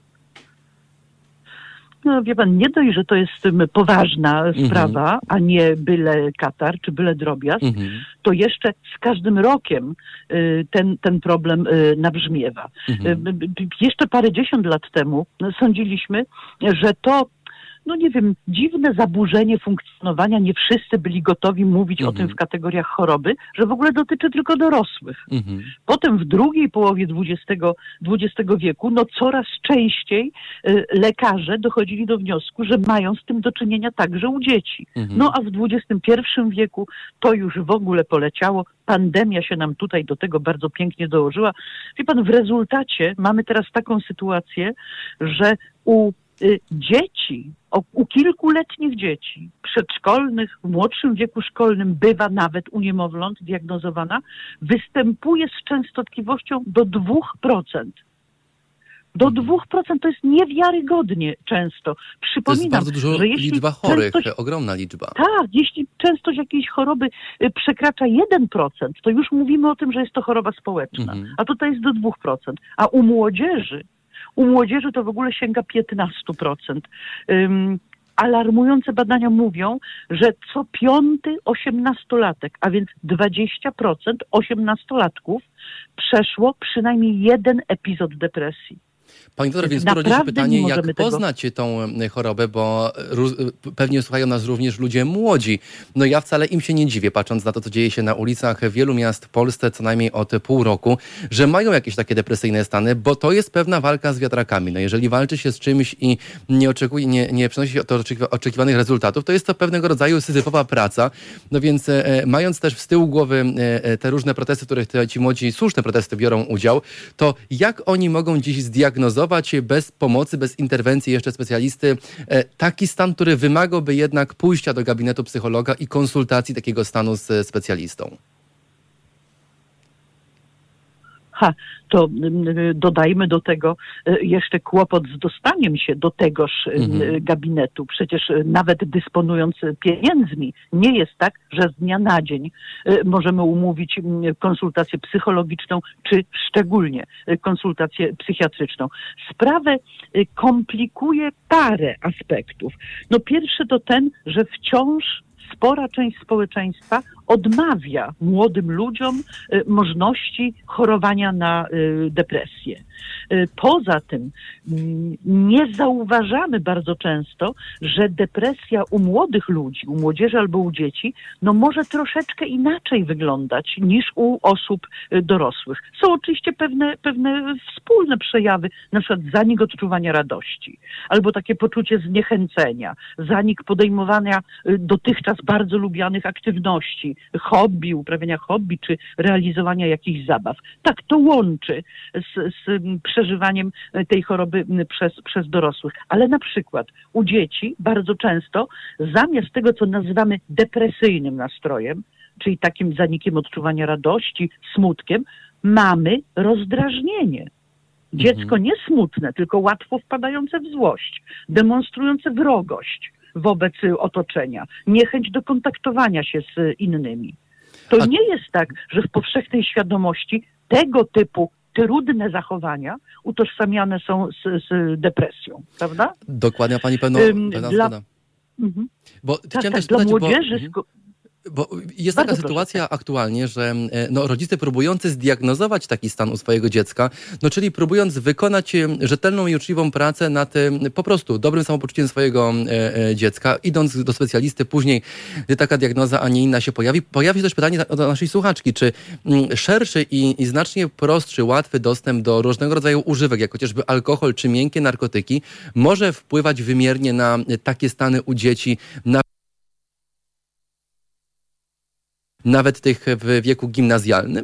No wie pan, nie dość, że to jest poważna mhm. sprawa, a nie byle katar czy byle drobiazg, mhm. to jeszcze z każdym rokiem y, ten, ten problem y, nabrzmiewa. Mhm. Y, y, jeszcze parędziesiąt lat temu sądziliśmy, że to no nie wiem, dziwne zaburzenie funkcjonowania, nie wszyscy byli gotowi mówić mhm. o tym w kategoriach choroby, że w ogóle dotyczy tylko dorosłych. Mhm. Potem w drugiej połowie dwudziestego wieku, no coraz częściej y, lekarze dochodzili do wniosku, że mają z tym do czynienia także u dzieci. Mhm. No a w dwudziestym pierwszym wieku to już w ogóle poleciało. Pandemia się nam tutaj do tego bardzo pięknie dołożyła. Wie pan, w rezultacie mamy teraz taką sytuację, że u dzieci, u kilkuletnich dzieci, przedszkolnych, w młodszym wieku szkolnym, bywa nawet u niemowląt diagnozowana, występuje z częstotliwością do dwóch procent. Do dwóch procent to jest niewiarygodnie często. Przypominam, to jest bardzo dużo że jeśli liczba chorych, częstość, ogromna liczba. Tak, jeśli częstość jakiejś choroby przekracza jeden procent, to już mówimy o tym, że jest to choroba społeczna. Mhm. A tutaj jest do dwóch procent. A u młodzieży U młodzieży to w ogóle sięga piętnaście procent. Um, alarmujące badania mówią, że co piąty osiemnastolatek, a więc dwadzieścia procent osiemnastolatków przeszło przynajmniej jeden epizod depresji. Pani doktor, więc tu rodzi się pytanie, jak poznać tego... tą chorobę, bo pewnie słuchają nas również ludzie młodzi. No ja wcale im się nie dziwię, patrząc na to, co dzieje się na ulicach wielu miast w Polsce co najmniej od pół roku, że mają jakieś takie depresyjne stany, bo to jest pewna walka z wiatrakami. No jeżeli walczy się z czymś i nie oczekuje, nie, nie przynosi się to oczekiwanych rezultatów, to jest to pewnego rodzaju syzyfowa praca. No więc e, mając też z tyłu głowy e, te różne protesty, w których te, ci młodzi, słuszne protesty biorą udział, to jak oni mogą dziś zdiagnozować bez pomocy, bez interwencji jeszcze specjalisty taki stan, który wymagałby jednak pójścia do gabinetu psychologa i konsultacji takiego stanu z specjalistą? Ha, to dodajmy do tego jeszcze kłopot z dostaniem się do tegoż mhm. gabinetu. Przecież nawet dysponując pieniędzmi, nie jest tak, że z dnia na dzień możemy umówić konsultację psychologiczną, czy szczególnie konsultację psychiatryczną. Sprawę komplikuje parę aspektów. No pierwszy to ten, że wciąż spora część społeczeństwa odmawia młodym ludziom y, możliwości chorowania na y, depresję. Y, poza tym y, nie zauważamy bardzo często, że depresja u młodych ludzi, u młodzieży albo u dzieci, no może troszeczkę inaczej wyglądać niż u osób y, dorosłych. Są oczywiście pewne, pewne wspólne przejawy, na przykład zanik odczuwania radości, albo takie poczucie zniechęcenia, zanik podejmowania y, dotychczas bardzo lubianych aktywności, hobby, uprawiania hobby, czy realizowania jakichś zabaw. Tak, to łączy z, z przeżywaniem tej choroby przez, przez dorosłych. Ale na przykład u dzieci bardzo często zamiast tego, co nazywamy depresyjnym nastrojem, czyli takim zanikiem odczuwania radości, smutkiem, mamy rozdrażnienie. Dziecko Mhm. nie smutne, tylko łatwo wpadające w złość, demonstrujące wrogość wobec otoczenia, niechęć do kontaktowania się z innymi. To A- nie jest tak, że w powszechnej świadomości tego typu trudne zachowania utożsamiane są z, z depresją, prawda? Dokładnie, pani pewno, Ym, pewna dla- zgoda. Mhm. Bo Tak, chciałem tak, też dla spytać, bo- młodzieży... Mhm. sko- Bo jest Bardzo taka proszę, sytuacja aktualnie, że e, no, rodzice próbujący zdiagnozować taki stan u swojego dziecka, no czyli próbując wykonać e, rzetelną i uczciwą pracę nad e, po prostu dobrym samopoczuciem swojego e, e, dziecka, idąc do specjalisty później, gdy taka diagnoza, a nie inna się pojawi, pojawi się też pytanie do, do naszej słuchaczki, czy mm, szerszy i, i znacznie prostszy, łatwy dostęp do różnego rodzaju używek, jak chociażby alkohol czy miękkie narkotyki, może wpływać wymiernie na e, takie stany u dzieci, na nawet tych w wieku gimnazjalnym?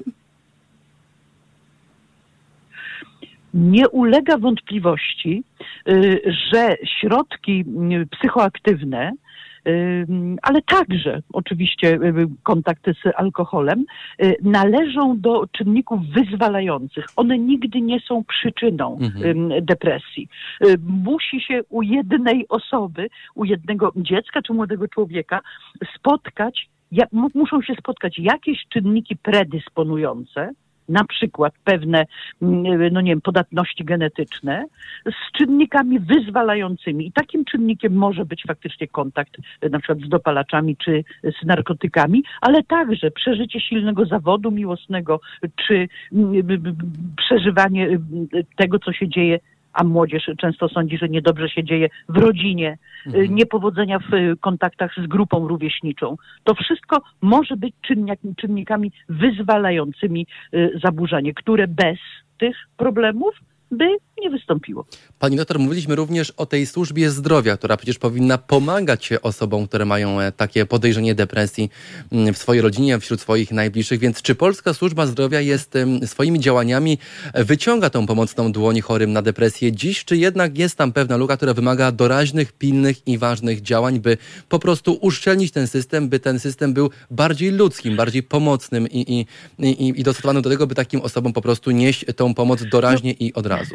Nie ulega wątpliwości, y, że środki y, psychoaktywne, y, ale także oczywiście y, kontakty z alkoholem, y, należą do czynników wyzwalających. One nigdy nie są przyczyną Mhm. y, depresji. Y, Musi się u jednej osoby, u jednego dziecka czy młodego człowieka spotkać, ja, mu- muszą się spotkać jakieś czynniki predysponujące, na przykład pewne, mm, no nie wiem, podatności genetyczne, z czynnikami wyzwalającymi. I takim czynnikiem może być faktycznie kontakt y, na przykład z dopalaczami czy z narkotykami, ale także przeżycie silnego zawodu miłosnego, czy mm, y, y, przeżywanie y, y, tego, co się dzieje, a młodzież często sądzi, że niedobrze się dzieje w rodzinie, Mhm. niepowodzenia w y, kontaktach z grupą rówieśniczą. To wszystko może być czynnik, czynnikami wyzwalającymi y, zaburzenie, które bez tych problemów by nie wystąpiło. Pani doktor, mówiliśmy również o tej służbie zdrowia, która przecież powinna pomagać osobom, które mają e, takie podejrzenie depresji mm, w swojej rodzinie, wśród swoich najbliższych. Więc czy Polska Służba Zdrowia jest em, swoimi działaniami, e, wyciąga tą pomocną dłoń chorym na depresję dziś, czy jednak jest tam pewna luka, która wymaga doraźnych, pilnych i ważnych działań, by po prostu uszczelnić ten system, by ten system był bardziej ludzkim, bardziej pomocnym i, i, i, i dostosowanym do tego, by takim osobom po prostu nieść tą pomoc doraźnie i od razu?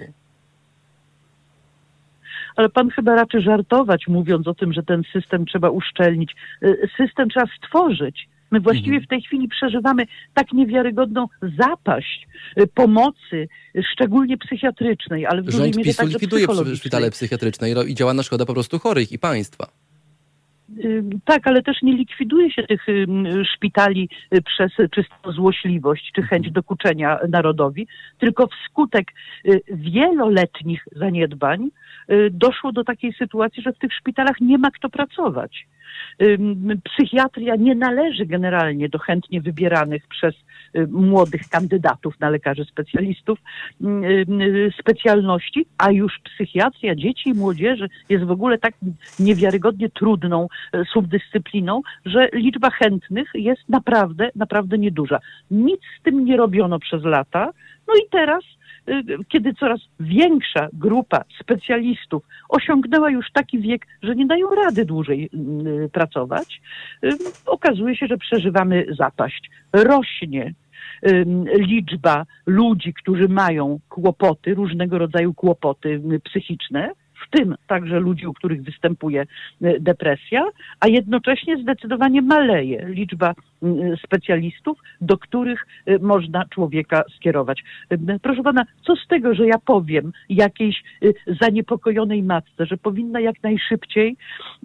Ale pan chyba raczy żartować, mówiąc o tym, że ten system trzeba uszczelnić. Y, System trzeba stworzyć. My właściwie Mhm. w tej chwili przeżywamy tak niewiarygodną zapaść y, pomocy, y, szczególnie psychiatrycznej, ale w dużej Rząd mierze PiSu także likwiduje przy- psychologicznej. szpitale psychiatryczne i ro- i działa na szkodę po prostu chorych i państwa. Y, Tak, ale też nie likwiduje się tych y, szpitali y, przez czystą złośliwość czy chęć dokuczenia narodowi, tylko wskutek y, wieloletnich zaniedbań y, doszło do takiej sytuacji, że w tych szpitalach nie ma kto pracować. Y, Psychiatria nie należy generalnie do chętnie wybieranych przez y, młodych kandydatów na lekarzy specjalistów y, y, specjalności, a już psychiatria dzieci i młodzieży jest w ogóle tak niewiarygodnie trudną e, subdyscypliną, że liczba chętnych jest naprawdę, naprawdę nieduża. Nic z tym nie robiono przez lata. No i teraz, y, kiedy coraz większa grupa specjalistów osiągnęła już taki wiek, że nie dają rady dłużej y, pracować, y, okazuje się, że przeżywamy zapaść. Rośnie liczba ludzi, którzy mają kłopoty, różnego rodzaju kłopoty psychiczne, w tym także ludzi, u których występuje depresja, a jednocześnie zdecydowanie maleje liczba specjalistów, do których można człowieka skierować. Proszę pana, co z tego, że ja powiem jakiejś zaniepokojonej matce, że powinna jak najszybciej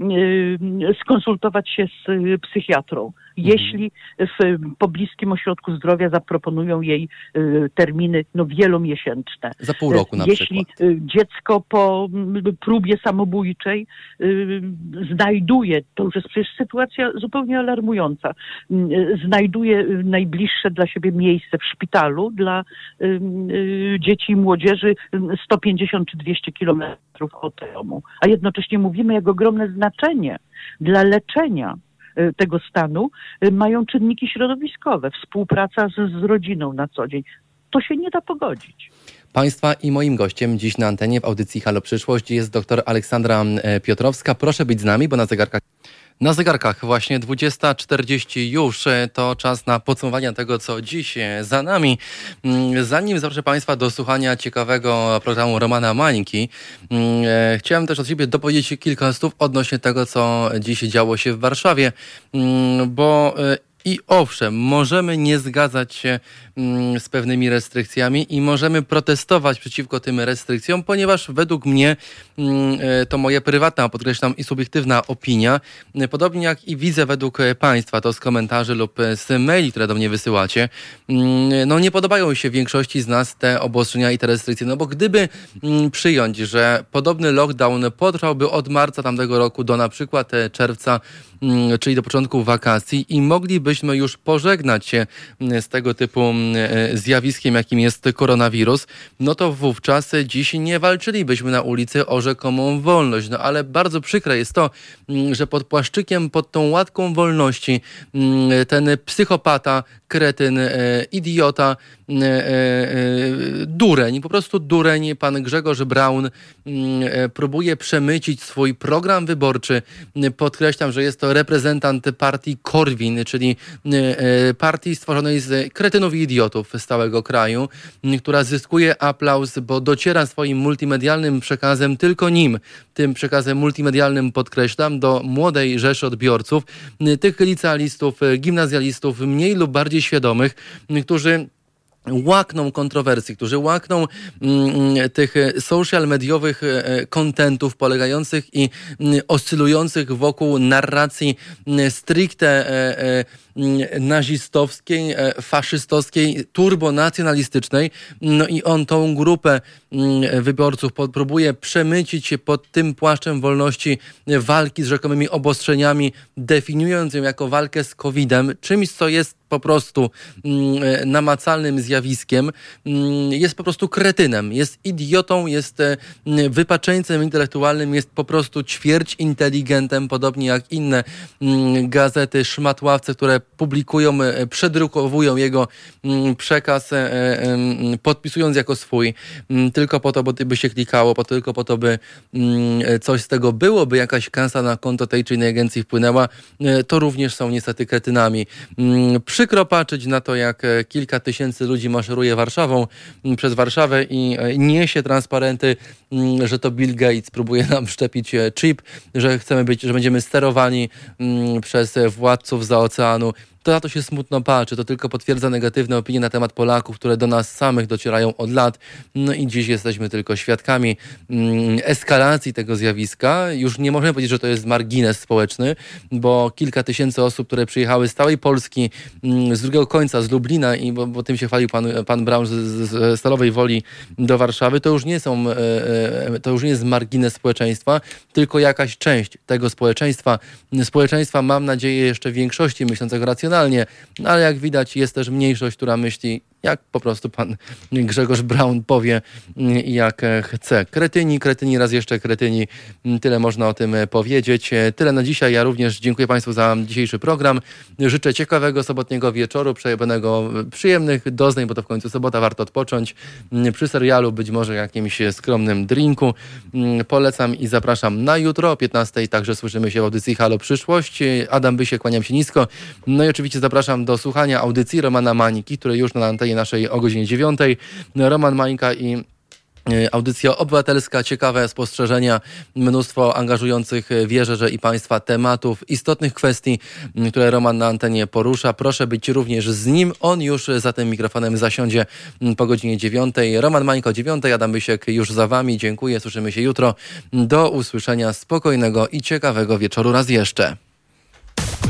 skonsultować się z psychiatrą, jeśli w pobliskim ośrodku zdrowia zaproponują jej terminy no, wielomiesięczne. Za pół roku na jeśli przykład. dziecko po próbie samobójczej znajduje, to już jest przecież sytuacja zupełnie alarmująca, znajduje najbliższe dla siebie miejsce w szpitalu dla dzieci i młodzieży sto pięćdziesiąt czy dwieście kilometrów od domu. A jednocześnie mówimy, jak ogromne znaczenie dla leczenia tego stanu mają czynniki środowiskowe, współpraca z, z rodziną na co dzień. To się nie da pogodzić. Państwa i moim gościem dziś na antenie w audycji Halo Przyszłość jest dr Aleksandra Piotrowska. Proszę być z nami, bo na zegarkach Na zegarkach właśnie dwudziesta czterdzieści już, to czas na podsumowanie tego, co dziś za nami. Zanim zaproszę Państwa do słuchania ciekawego programu Romana Mańki, chciałem też od siebie dopowiedzieć kilka słów odnośnie tego, co dziś działo się w Warszawie, bo i owszem, możemy nie zgadzać się z pewnymi restrykcjami i możemy protestować przeciwko tym restrykcjom, ponieważ według mnie to moja prywatna, podkreślam, i subiektywna opinia, podobnie jak i widzę według Państwa, to z komentarzy lub z maili, które do mnie wysyłacie, no nie podobają się większości z nas te obostrzenia i te restrykcje, no bo gdyby przyjąć, że podobny lockdown potrwałby od marca tamtego roku do na przykład czerwca, czyli do początku wakacji i moglibyśmy już pożegnać się z tego typu zjawiskiem, jakim jest koronawirus, no to wówczas dziś nie walczylibyśmy na ulicy o rzekomą wolność. No ale bardzo przykre jest to, że pod płaszczykiem, pod tą łatką wolności ten psychopata, kretyn, idiota, dureń, po prostu dureń, pan Grzegorz Braun próbuje przemycić swój program wyborczy. Podkreślam, że jest to reprezentant partii Korwin, czyli partii stworzonej z kretynów i idiotów z całego kraju, która zyskuje aplauz, bo dociera swoim multimedialnym przekazem tylko nim, tym przekazem multimedialnym, podkreślam, do młodej rzeszy odbiorców, tych licealistów, gimnazjalistów, mniej lub bardziej świadomych, którzy łakną kontrowersji, którzy łakną mm, tych social mediowych kontentów polegających i mm, oscylujących wokół narracji stricte e, e, nazistowskiej, faszystowskiej, turbonacjonalistycznej. No i on tą grupę wyborców próbuje przemycić się pod tym płaszczem wolności walki z rzekomymi obostrzeniami, definiując ją jako walkę z kowidem, czymś, co jest po prostu namacalnym zjawiskiem, jest po prostu kretynem, jest idiotą, jest wypaczeńcem intelektualnym, jest po prostu ćwierć inteligentem, podobnie jak inne gazety, szmatławce, które publikują, przedrukowują jego przekaz, podpisując jako swój, tylko po to, by się klikało, po, tylko po to, by coś z tego było, by jakaś kasa na konto tej czy innej agencji wpłynęła, to również są niestety kretynami. Przykro patrzeć na to, jak kilka tysięcy ludzi maszeruje Warszawą, przez Warszawę i niesie transparenty, że to Bill Gates próbuje nam wszczepić chip, że chcemy być, że będziemy sterowani przez władców zza oceanu. To na to się smutno patrzy, to tylko potwierdza negatywne opinie na temat Polaków, które do nas samych docierają od lat. No i dziś jesteśmy tylko świadkami mm, eskalacji tego zjawiska. Już nie możemy powiedzieć, że to jest margines społeczny, bo kilka tysięcy osób, które przyjechały z całej Polski, mm, z drugiego końca, z Lublina, i bo, bo tym się chwalił pan, pan Braun z, z Stalowej Woli do Warszawy, to już nie są, e, e, to już nie jest margines społeczeństwa, tylko jakaś część tego społeczeństwa. Społeczeństwa, mam nadzieję, jeszcze większości myślącego racjonalnie, ale jak widać jest też mniejszość, która myśli jak po prostu pan Grzegorz Braun powie, jak chce. Kretyni, kretyni, raz jeszcze kretyni. Tyle można o tym powiedzieć. Tyle na dzisiaj. Ja również dziękuję Państwu za dzisiejszy program. Życzę ciekawego sobotniego wieczoru, przejebanego przyjemnych doznań, bo to w końcu sobota, warto odpocząć. Przy serialu, być może jakimś skromnym drinku. Polecam i zapraszam na jutro o piętnastej. Także słyszymy się w audycji Halo Przyszłość. Adam Bysie, kłaniam się nisko. No i oczywiście zapraszam do słuchania audycji Romana Mańki, której już na antenie naszej o godzinie dziewiątej. Roman Mańka i audycja obywatelska, ciekawe spostrzeżenia, mnóstwo angażujących, wierzę, że i Państwa tematów, istotnych kwestii, które Roman na antenie porusza. Proszę być również z nim. On już za tym mikrofonem zasiądzie po godzinie dziewiątej. Roman Mańko o dziewiątej, Adam Bysiek już za Wami. Dziękuję, słyszymy się jutro. Do usłyszenia, spokojnego i ciekawego wieczoru raz jeszcze.